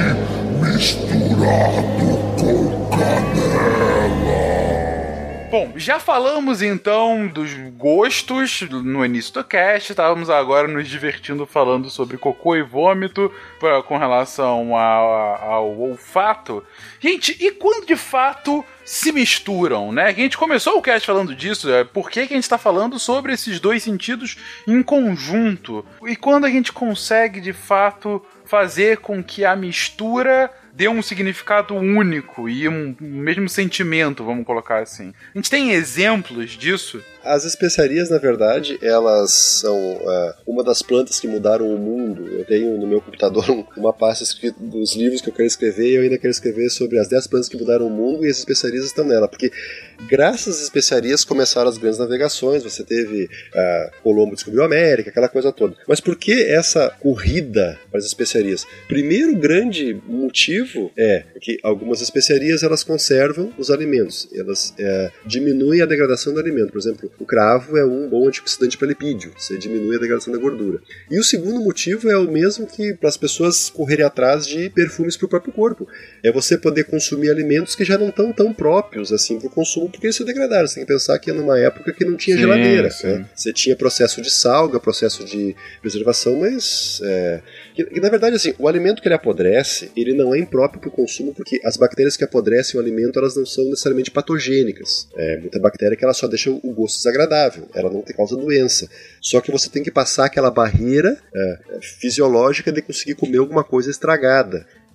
misturado com canela. Bom, já falamos então dos gostos no início do cast, estávamos agora nos divertindo falando sobre cocô e vômito com relação ao olfato. Gente, e quando de fato se misturam, né? A gente começou o cast falando disso, por que a gente está falando sobre esses dois sentidos em conjunto? E quando a gente consegue de fato fazer com que a mistura dê um significado único e um mesmo sentimento, vamos colocar assim. A gente tem exemplos disso? As especiarias, na verdade, elas são uma das plantas que mudaram o mundo. Eu tenho no meu computador uma pasta escrita dos livros que eu quero escrever, e eu ainda quero escrever sobre as 10 plantas que mudaram o mundo, e as especiarias estão nela, porque graças às especiarias começaram as grandes navegações. Você teve Colombo descobriu a América, aquela coisa toda. Mas por que essa corrida para as especiarias? Primeiro grande motivo é que algumas especiarias elas conservam os alimentos, elas diminuem a degradação do alimento. Por exemplo, o cravo é um bom antioxidante para lipídio, você diminui a degradação da gordura. E o segundo motivo é o mesmo que para as pessoas correrem atrás de perfumes para o próprio corpo. É você poder consumir alimentos que já não estão tão próprios assim para o consumo, porque eles se degradaram. Você tem que pensar que é numa época que não tinha geladeira. Né? Você tinha processo de salga, processo de preservação, mas... que, na verdade, assim, o alimento que ele apodrece, ele não é impróprio para o consumo, porque as bactérias que apodrecem o alimento, elas não são necessariamente patogênicas. Muita bactéria que ela só deixa o gosto desagradável, ela não tem causa doença. Só que você tem que passar aquela barreira fisiológica de conseguir comer alguma coisa estragada.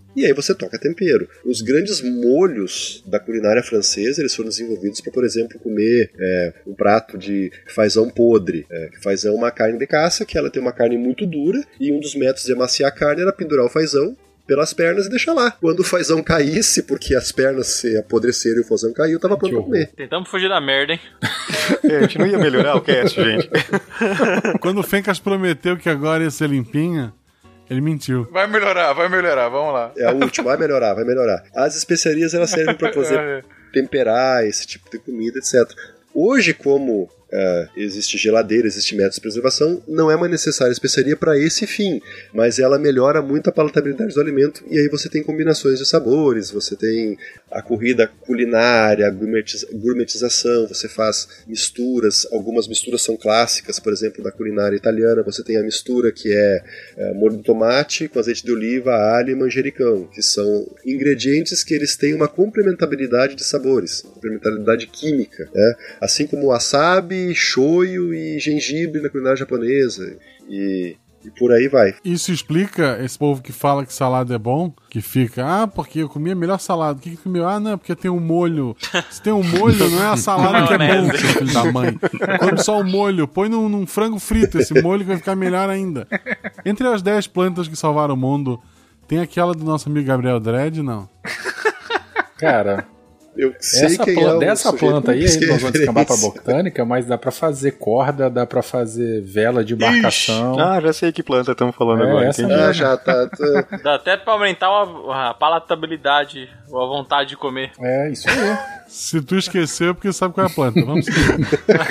E aí você toca tempero. Os grandes molhos da culinária francesa, eles foram desenvolvidos para, por exemplo, comer um prato de fazão podre. Fazão é uma carne de caça, que ela tem uma carne muito dura, e um dos métodos de amaciar a carne era pendurar o fazão pelas pernas e deixar lá. Quando o fazão caísse, porque as pernas se apodreceram e o fazão caiu, tava pronto pra comer. Tentamos fugir da merda, hein? A gente não ia melhorar o cast, gente. Quando o Fencas prometeu que agora ia ser limpinha, ele mentiu. Vai melhorar, vamos lá. É a última, vai melhorar. As especiarias, elas servem pra fazer temperar esse tipo de comida, etc. Hoje, como existe geladeira, existe método de preservação, não é mais necessária especiaria para esse fim, mas ela melhora muito a palatabilidade do alimento, e aí você tem combinações de sabores, você tem a corrida culinária, a gourmetização, você faz misturas, algumas misturas são clássicas, por exemplo, da culinária italiana, você tem a mistura que é molho de tomate com azeite de oliva, alho e manjericão, que são ingredientes que eles têm uma complementabilidade de sabores, complementabilidade química, né? Assim como o wasabi, shoyu e gengibre na culinária japonesa e por aí vai. Isso explica esse povo que fala que salada é bom, que fica, porque eu comi a melhor salada. O que comeu? Não, é porque tem um molho. Se tem um molho, não é a salada que é bom, seu filho da mãe. Come só o molho, põe num frango frito esse molho que vai ficar melhor ainda. Entre as 10 plantas que salvaram o mundo, tem aquela do nosso amigo Gabriel Dredd, não? Cara... Eu sei dessa planta aí, nós vamos descambar pra botânica, mas dá pra fazer corda, dá pra fazer vela de embarcação. Já sei que planta estamos falando agora. Essa já tá. Dá até pra aumentar a palatabilidade, ou a vontade de comer. É, isso aí. Se tu esqueceu, é porque sabe qual é a planta. Vamos seguir.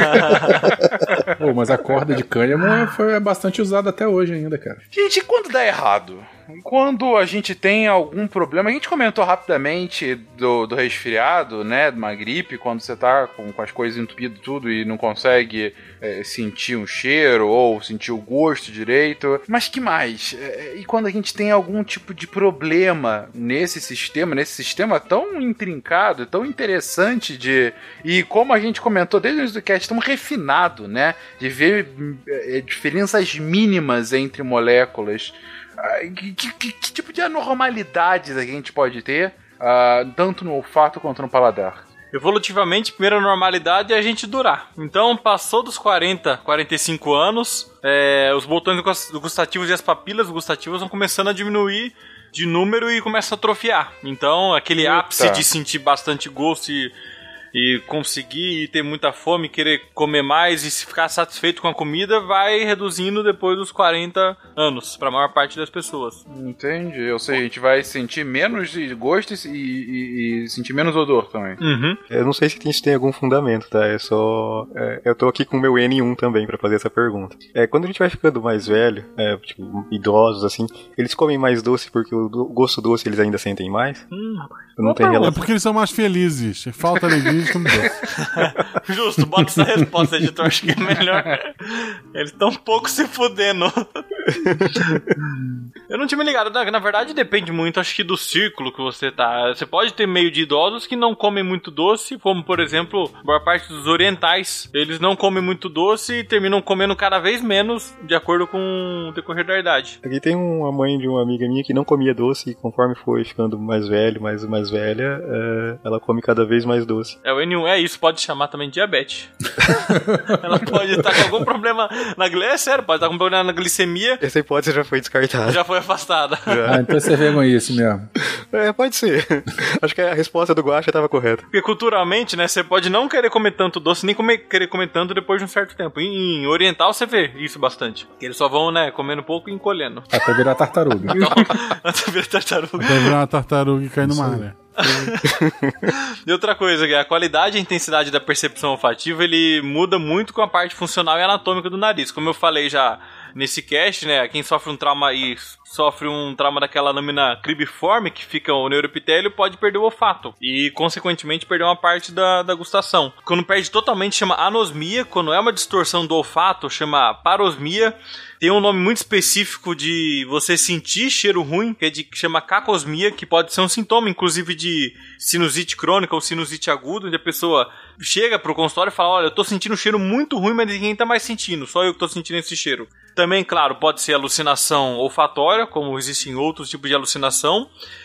Mas a corda de cânhamo foi bastante usada até hoje ainda, cara. Gente, e quando dá errado? Quando a gente tem algum problema, a gente comentou rapidamente do resfriado, né, de uma gripe, quando você tá com as coisas entupidas tudo e não consegue sentir um cheiro ou sentir o gosto direito. Mas que mais? E quando a gente tem algum tipo de problema nesse sistema tão intrincado, tão interessante e como a gente comentou desde o início do cast, tão refinado, né, de ver diferenças mínimas entre moléculas. Que tipo de anormalidades a gente pode ter, tanto no olfato quanto no paladar? Evolutivamente, a primeira normalidade é a gente durar. Então, passou dos 40, 45 anos, os botões gustativos e as papilas gustativas vão começando a diminuir de número e começa a atrofiar. Então, aquele ápice de sentir bastante gosto e conseguir ter muita fome, querer comer mais e ficar satisfeito com a comida, vai reduzindo depois dos 40 anos, para a maior parte das pessoas. Entendi. Ou seja, a gente vai sentir menos gosto e sentir menos odor também. Uhum. Eu não sei se isso tem algum fundamento, tá? Eu tô aqui com o meu N1 também para fazer essa pergunta. Quando a gente vai ficando mais velho, tipo, idosos, assim, eles comem mais doce porque o gosto doce eles ainda sentem mais? Não tem relação. É porque eles são mais felizes. Falta alegria. Justo, bota essa resposta, editor, acho que é melhor. Eles estão um pouco se fudendo. Eu não tinha me ligado, na verdade depende muito, acho que do círculo que você tá. Você pode ter meio de idosos que não comem muito doce, como por exemplo, a maior parte dos orientais. Eles não comem muito doce e terminam comendo cada vez menos de acordo com o decorrer da idade. Aqui tem uma mãe de uma amiga minha que não comia doce e conforme foi ficando mais velho, mais velha, ela come cada vez mais doce. O N1 isso, pode chamar também de diabetes. Ela pode estar com algum problema na glicemia, sério, pode estar com problema na glicemia. Essa hipótese já foi descartada. Já foi afastada. Então você vê com isso mesmo. Pode ser. Acho que a resposta do Guaxa estava correta. Porque culturalmente, né, você pode não querer comer tanto doce, nem querer comer tanto depois de um certo tempo. Em oriental você vê isso bastante. Eles só vão, né, comendo pouco e encolhendo. Até virar tartaruga. Até virar tartaruga. Até virar uma tartaruga e cair no mar, né? E outra coisa, a qualidade e a intensidade da percepção olfativa, ele muda muito com a parte funcional e anatômica do nariz. Como eu falei já nesse cast, né, quem sofre um trauma daquela lâmina cribiforme que fica o neuroepitélio pode perder o olfato e consequentemente perder uma parte da gustação. Quando perde totalmente chama anosmia, quando é uma distorção do olfato chama parosmia. Tem um nome muito específico de você sentir cheiro ruim, que chama cacosmia, que pode ser um sintoma, inclusive, de sinusite crônica ou sinusite aguda, onde a pessoa chega pro consultório e fala, olha, eu tô sentindo um cheiro muito ruim, mas ninguém tá mais sentindo, só eu que tô sentindo esse cheiro. Também, claro, pode ser alucinação olfatória, como existem outros tipos de alucinação.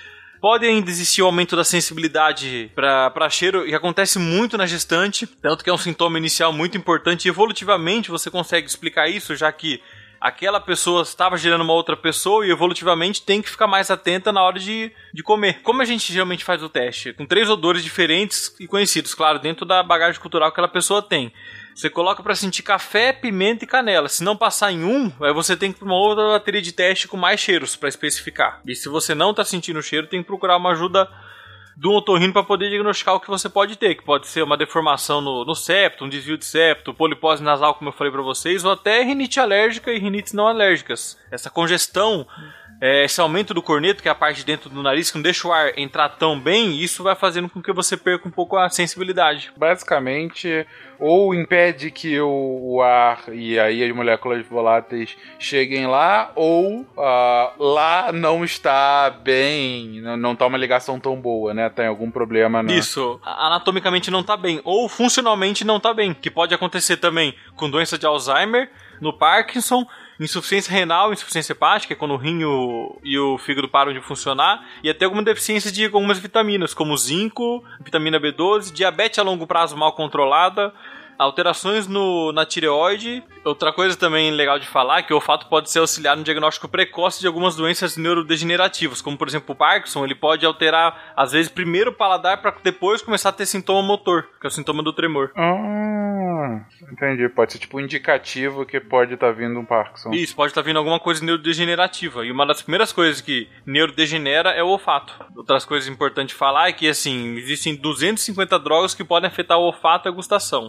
Pode ainda existir o aumento da sensibilidade para cheiro, e acontece muito na gestante, tanto que é um sintoma inicial muito importante, e evolutivamente você consegue explicar isso, já que aquela pessoa estava gerando uma outra pessoa e evolutivamente tem que ficar mais atenta na hora de comer. Como a gente geralmente faz o teste? Com 3 odores diferentes e conhecidos, claro, dentro da bagagem cultural que aquela pessoa tem. Você coloca para sentir café, pimenta e canela. Se não passar em um, aí você tem que ir para uma outra bateria de teste com mais cheiros para especificar. E se você não está sentindo o cheiro, tem que procurar uma ajuda do otorrino para poder diagnosticar o que você pode ter, que pode ser uma deformação no septo, um desvio de septo, polipose nasal, como eu falei para vocês, ou até rinite alérgica e rinites não alérgicas. Essa congestão, esse aumento do corneto, que é a parte de dentro do nariz, que não deixa o ar entrar tão bem, isso vai fazendo com que você perca um pouco a sensibilidade. Basicamente, ou impede que o ar e aí as moléculas voláteis cheguem lá, ou lá não está bem, não está uma ligação tão boa, né? Tem algum problema, né? Isso, anatomicamente não está bem, ou funcionalmente não está bem, que pode acontecer também com doença de Alzheimer, no Parkinson, insuficiência renal, insuficiência hepática, quando o rim e o fígado param de funcionar, e até alguma deficiência de algumas vitaminas, como zinco, vitamina B12, diabetes a longo prazo mal controlada, alterações na tireoide. Outra coisa também legal de falar é que o olfato pode ser auxiliar no diagnóstico precoce de algumas doenças neurodegenerativas, como por exemplo o Parkinson. Ele pode alterar, às vezes, primeiro o paladar para depois começar a ter sintoma motor, que é o sintoma do tremor. Entendi. Pode ser tipo um indicativo que pode estar vindo um Parkinson. Isso, pode estar vindo alguma coisa neurodegenerativa. E uma das primeiras coisas que neurodegenera é o olfato. Outras coisas importantes de falar é que, assim, existem 250 drogas que podem afetar o olfato e a gustação.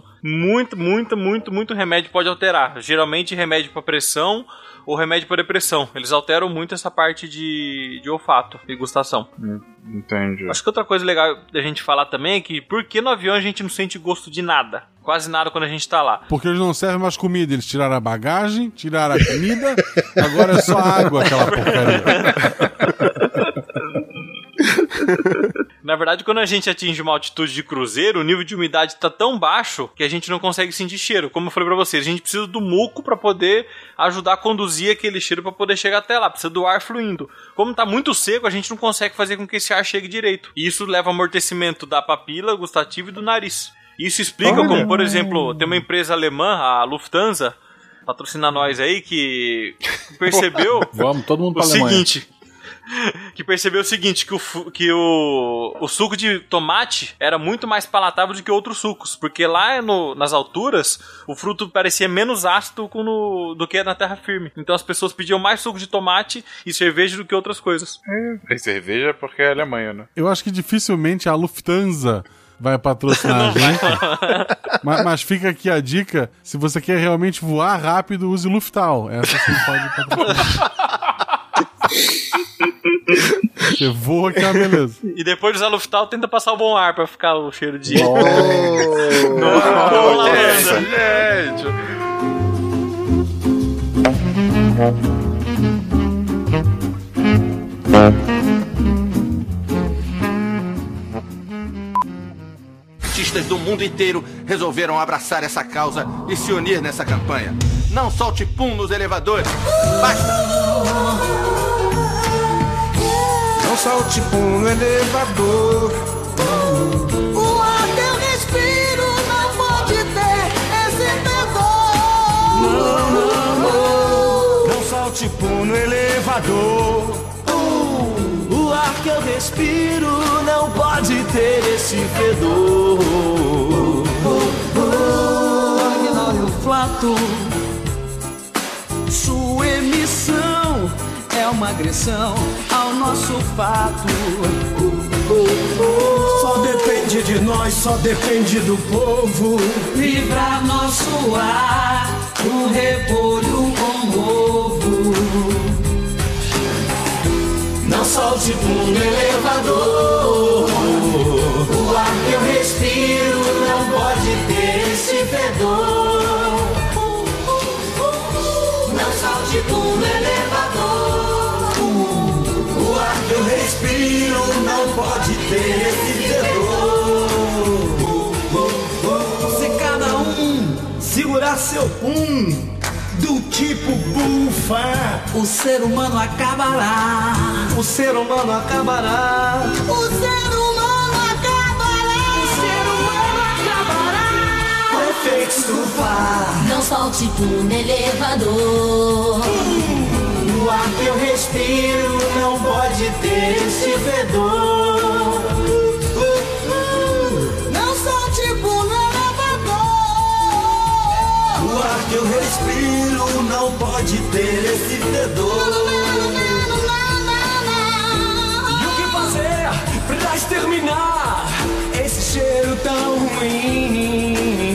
Muito remédio pode alterar. Geralmente remédio para pressão ou remédio para depressão. Eles alteram muito essa parte de olfato e gustação. Entendi. Acho que outra coisa legal da gente falar também é que por que no avião a gente não sente gosto de nada? Quase nada quando a gente tá lá. Porque eles não servem mais comida. Eles tiraram a bagagem, tiraram a comida, agora é só água aquela porcaria. Na verdade, quando a gente atinge uma altitude de cruzeiro, o nível de umidade tá tão baixo que a gente não consegue sentir cheiro. Como eu falei pra vocês, a gente precisa do muco pra poder ajudar a conduzir aquele cheiro pra poder chegar até lá. Precisa do ar fluindo. Como tá muito seco, a gente não consegue fazer com que esse ar chegue direito. E isso leva ao amortecimento da papila gustativa e do nariz. Isso explica como, por exemplo, tem uma empresa alemã, a Lufthansa, patrocina nós aí, que percebeu Vamos, todo mundo o seguinte... Que percebeu o seguinte, que o suco de tomate era muito mais palatável do que outros sucos, porque lá nas alturas o fruto parecia menos ácido do que na terra firme. Então as pessoas pediam mais suco de tomate e cerveja do que outras coisas. E cerveja porque é Alemanha, né? Eu acho que dificilmente a Lufthansa vai patrocinar a gente. Mas fica aqui a dica: se você quer realmente voar rápido, use Luftal. Essa sim pode patrocinar. Você voa que é uma beleza. E depois de usar Luftal, tenta passar o bom ar pra ficar o cheiro de... Excelente! Artistas do mundo inteiro resolveram abraçar essa causa e se unir nessa campanha. Não solte pum nos elevadores. Basta! Não solte pum no elevador. O ar que eu respiro não pode ter esse fedor. Não solte pum no elevador. O ar que eu respiro não pode ter esse fedor. Magnólia flato, sua emissão é uma agressão ao nosso fato. Só depende de nós, só depende do povo. Livrar nosso ar, um repolho com ovo. Não solte pum no elevador. O ar que eu respiro não pode ter esse fedor. Não solte pum no elevador. O ar que eu respiro não pode ter esse fedor. Se cada um segurar seu pum, do tipo bufa. O ser humano acabará. O ser humano acabará. O ser humano acabará. O ser humano acabará. Prefeito estufar. Não solte no elevador. O ar que eu respiro não pode ter esse fedor. Não solte no elevador. O ar que eu respiro não pode ter esse fedor. E o que fazer pra exterminar esse cheiro tão ruim?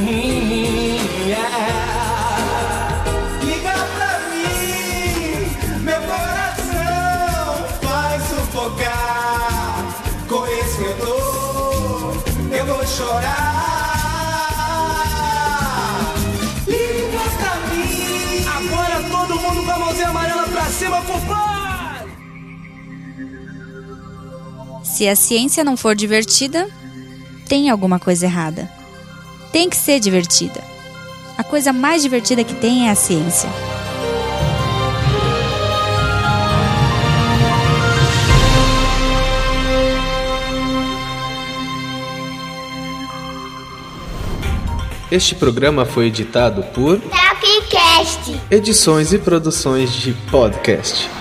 Liga pra mim, meu coração vai sufocar. Com esse fedor eu vou chorar. Liga pra mim. Agora todo mundo com a mãozinha amarela pra cima, papai. Se a ciência não for divertida, tem alguma coisa errada. Tem que ser divertida. A coisa mais divertida que tem é a ciência. Este programa foi editado por Tapcast. Edições e Produções de Podcast.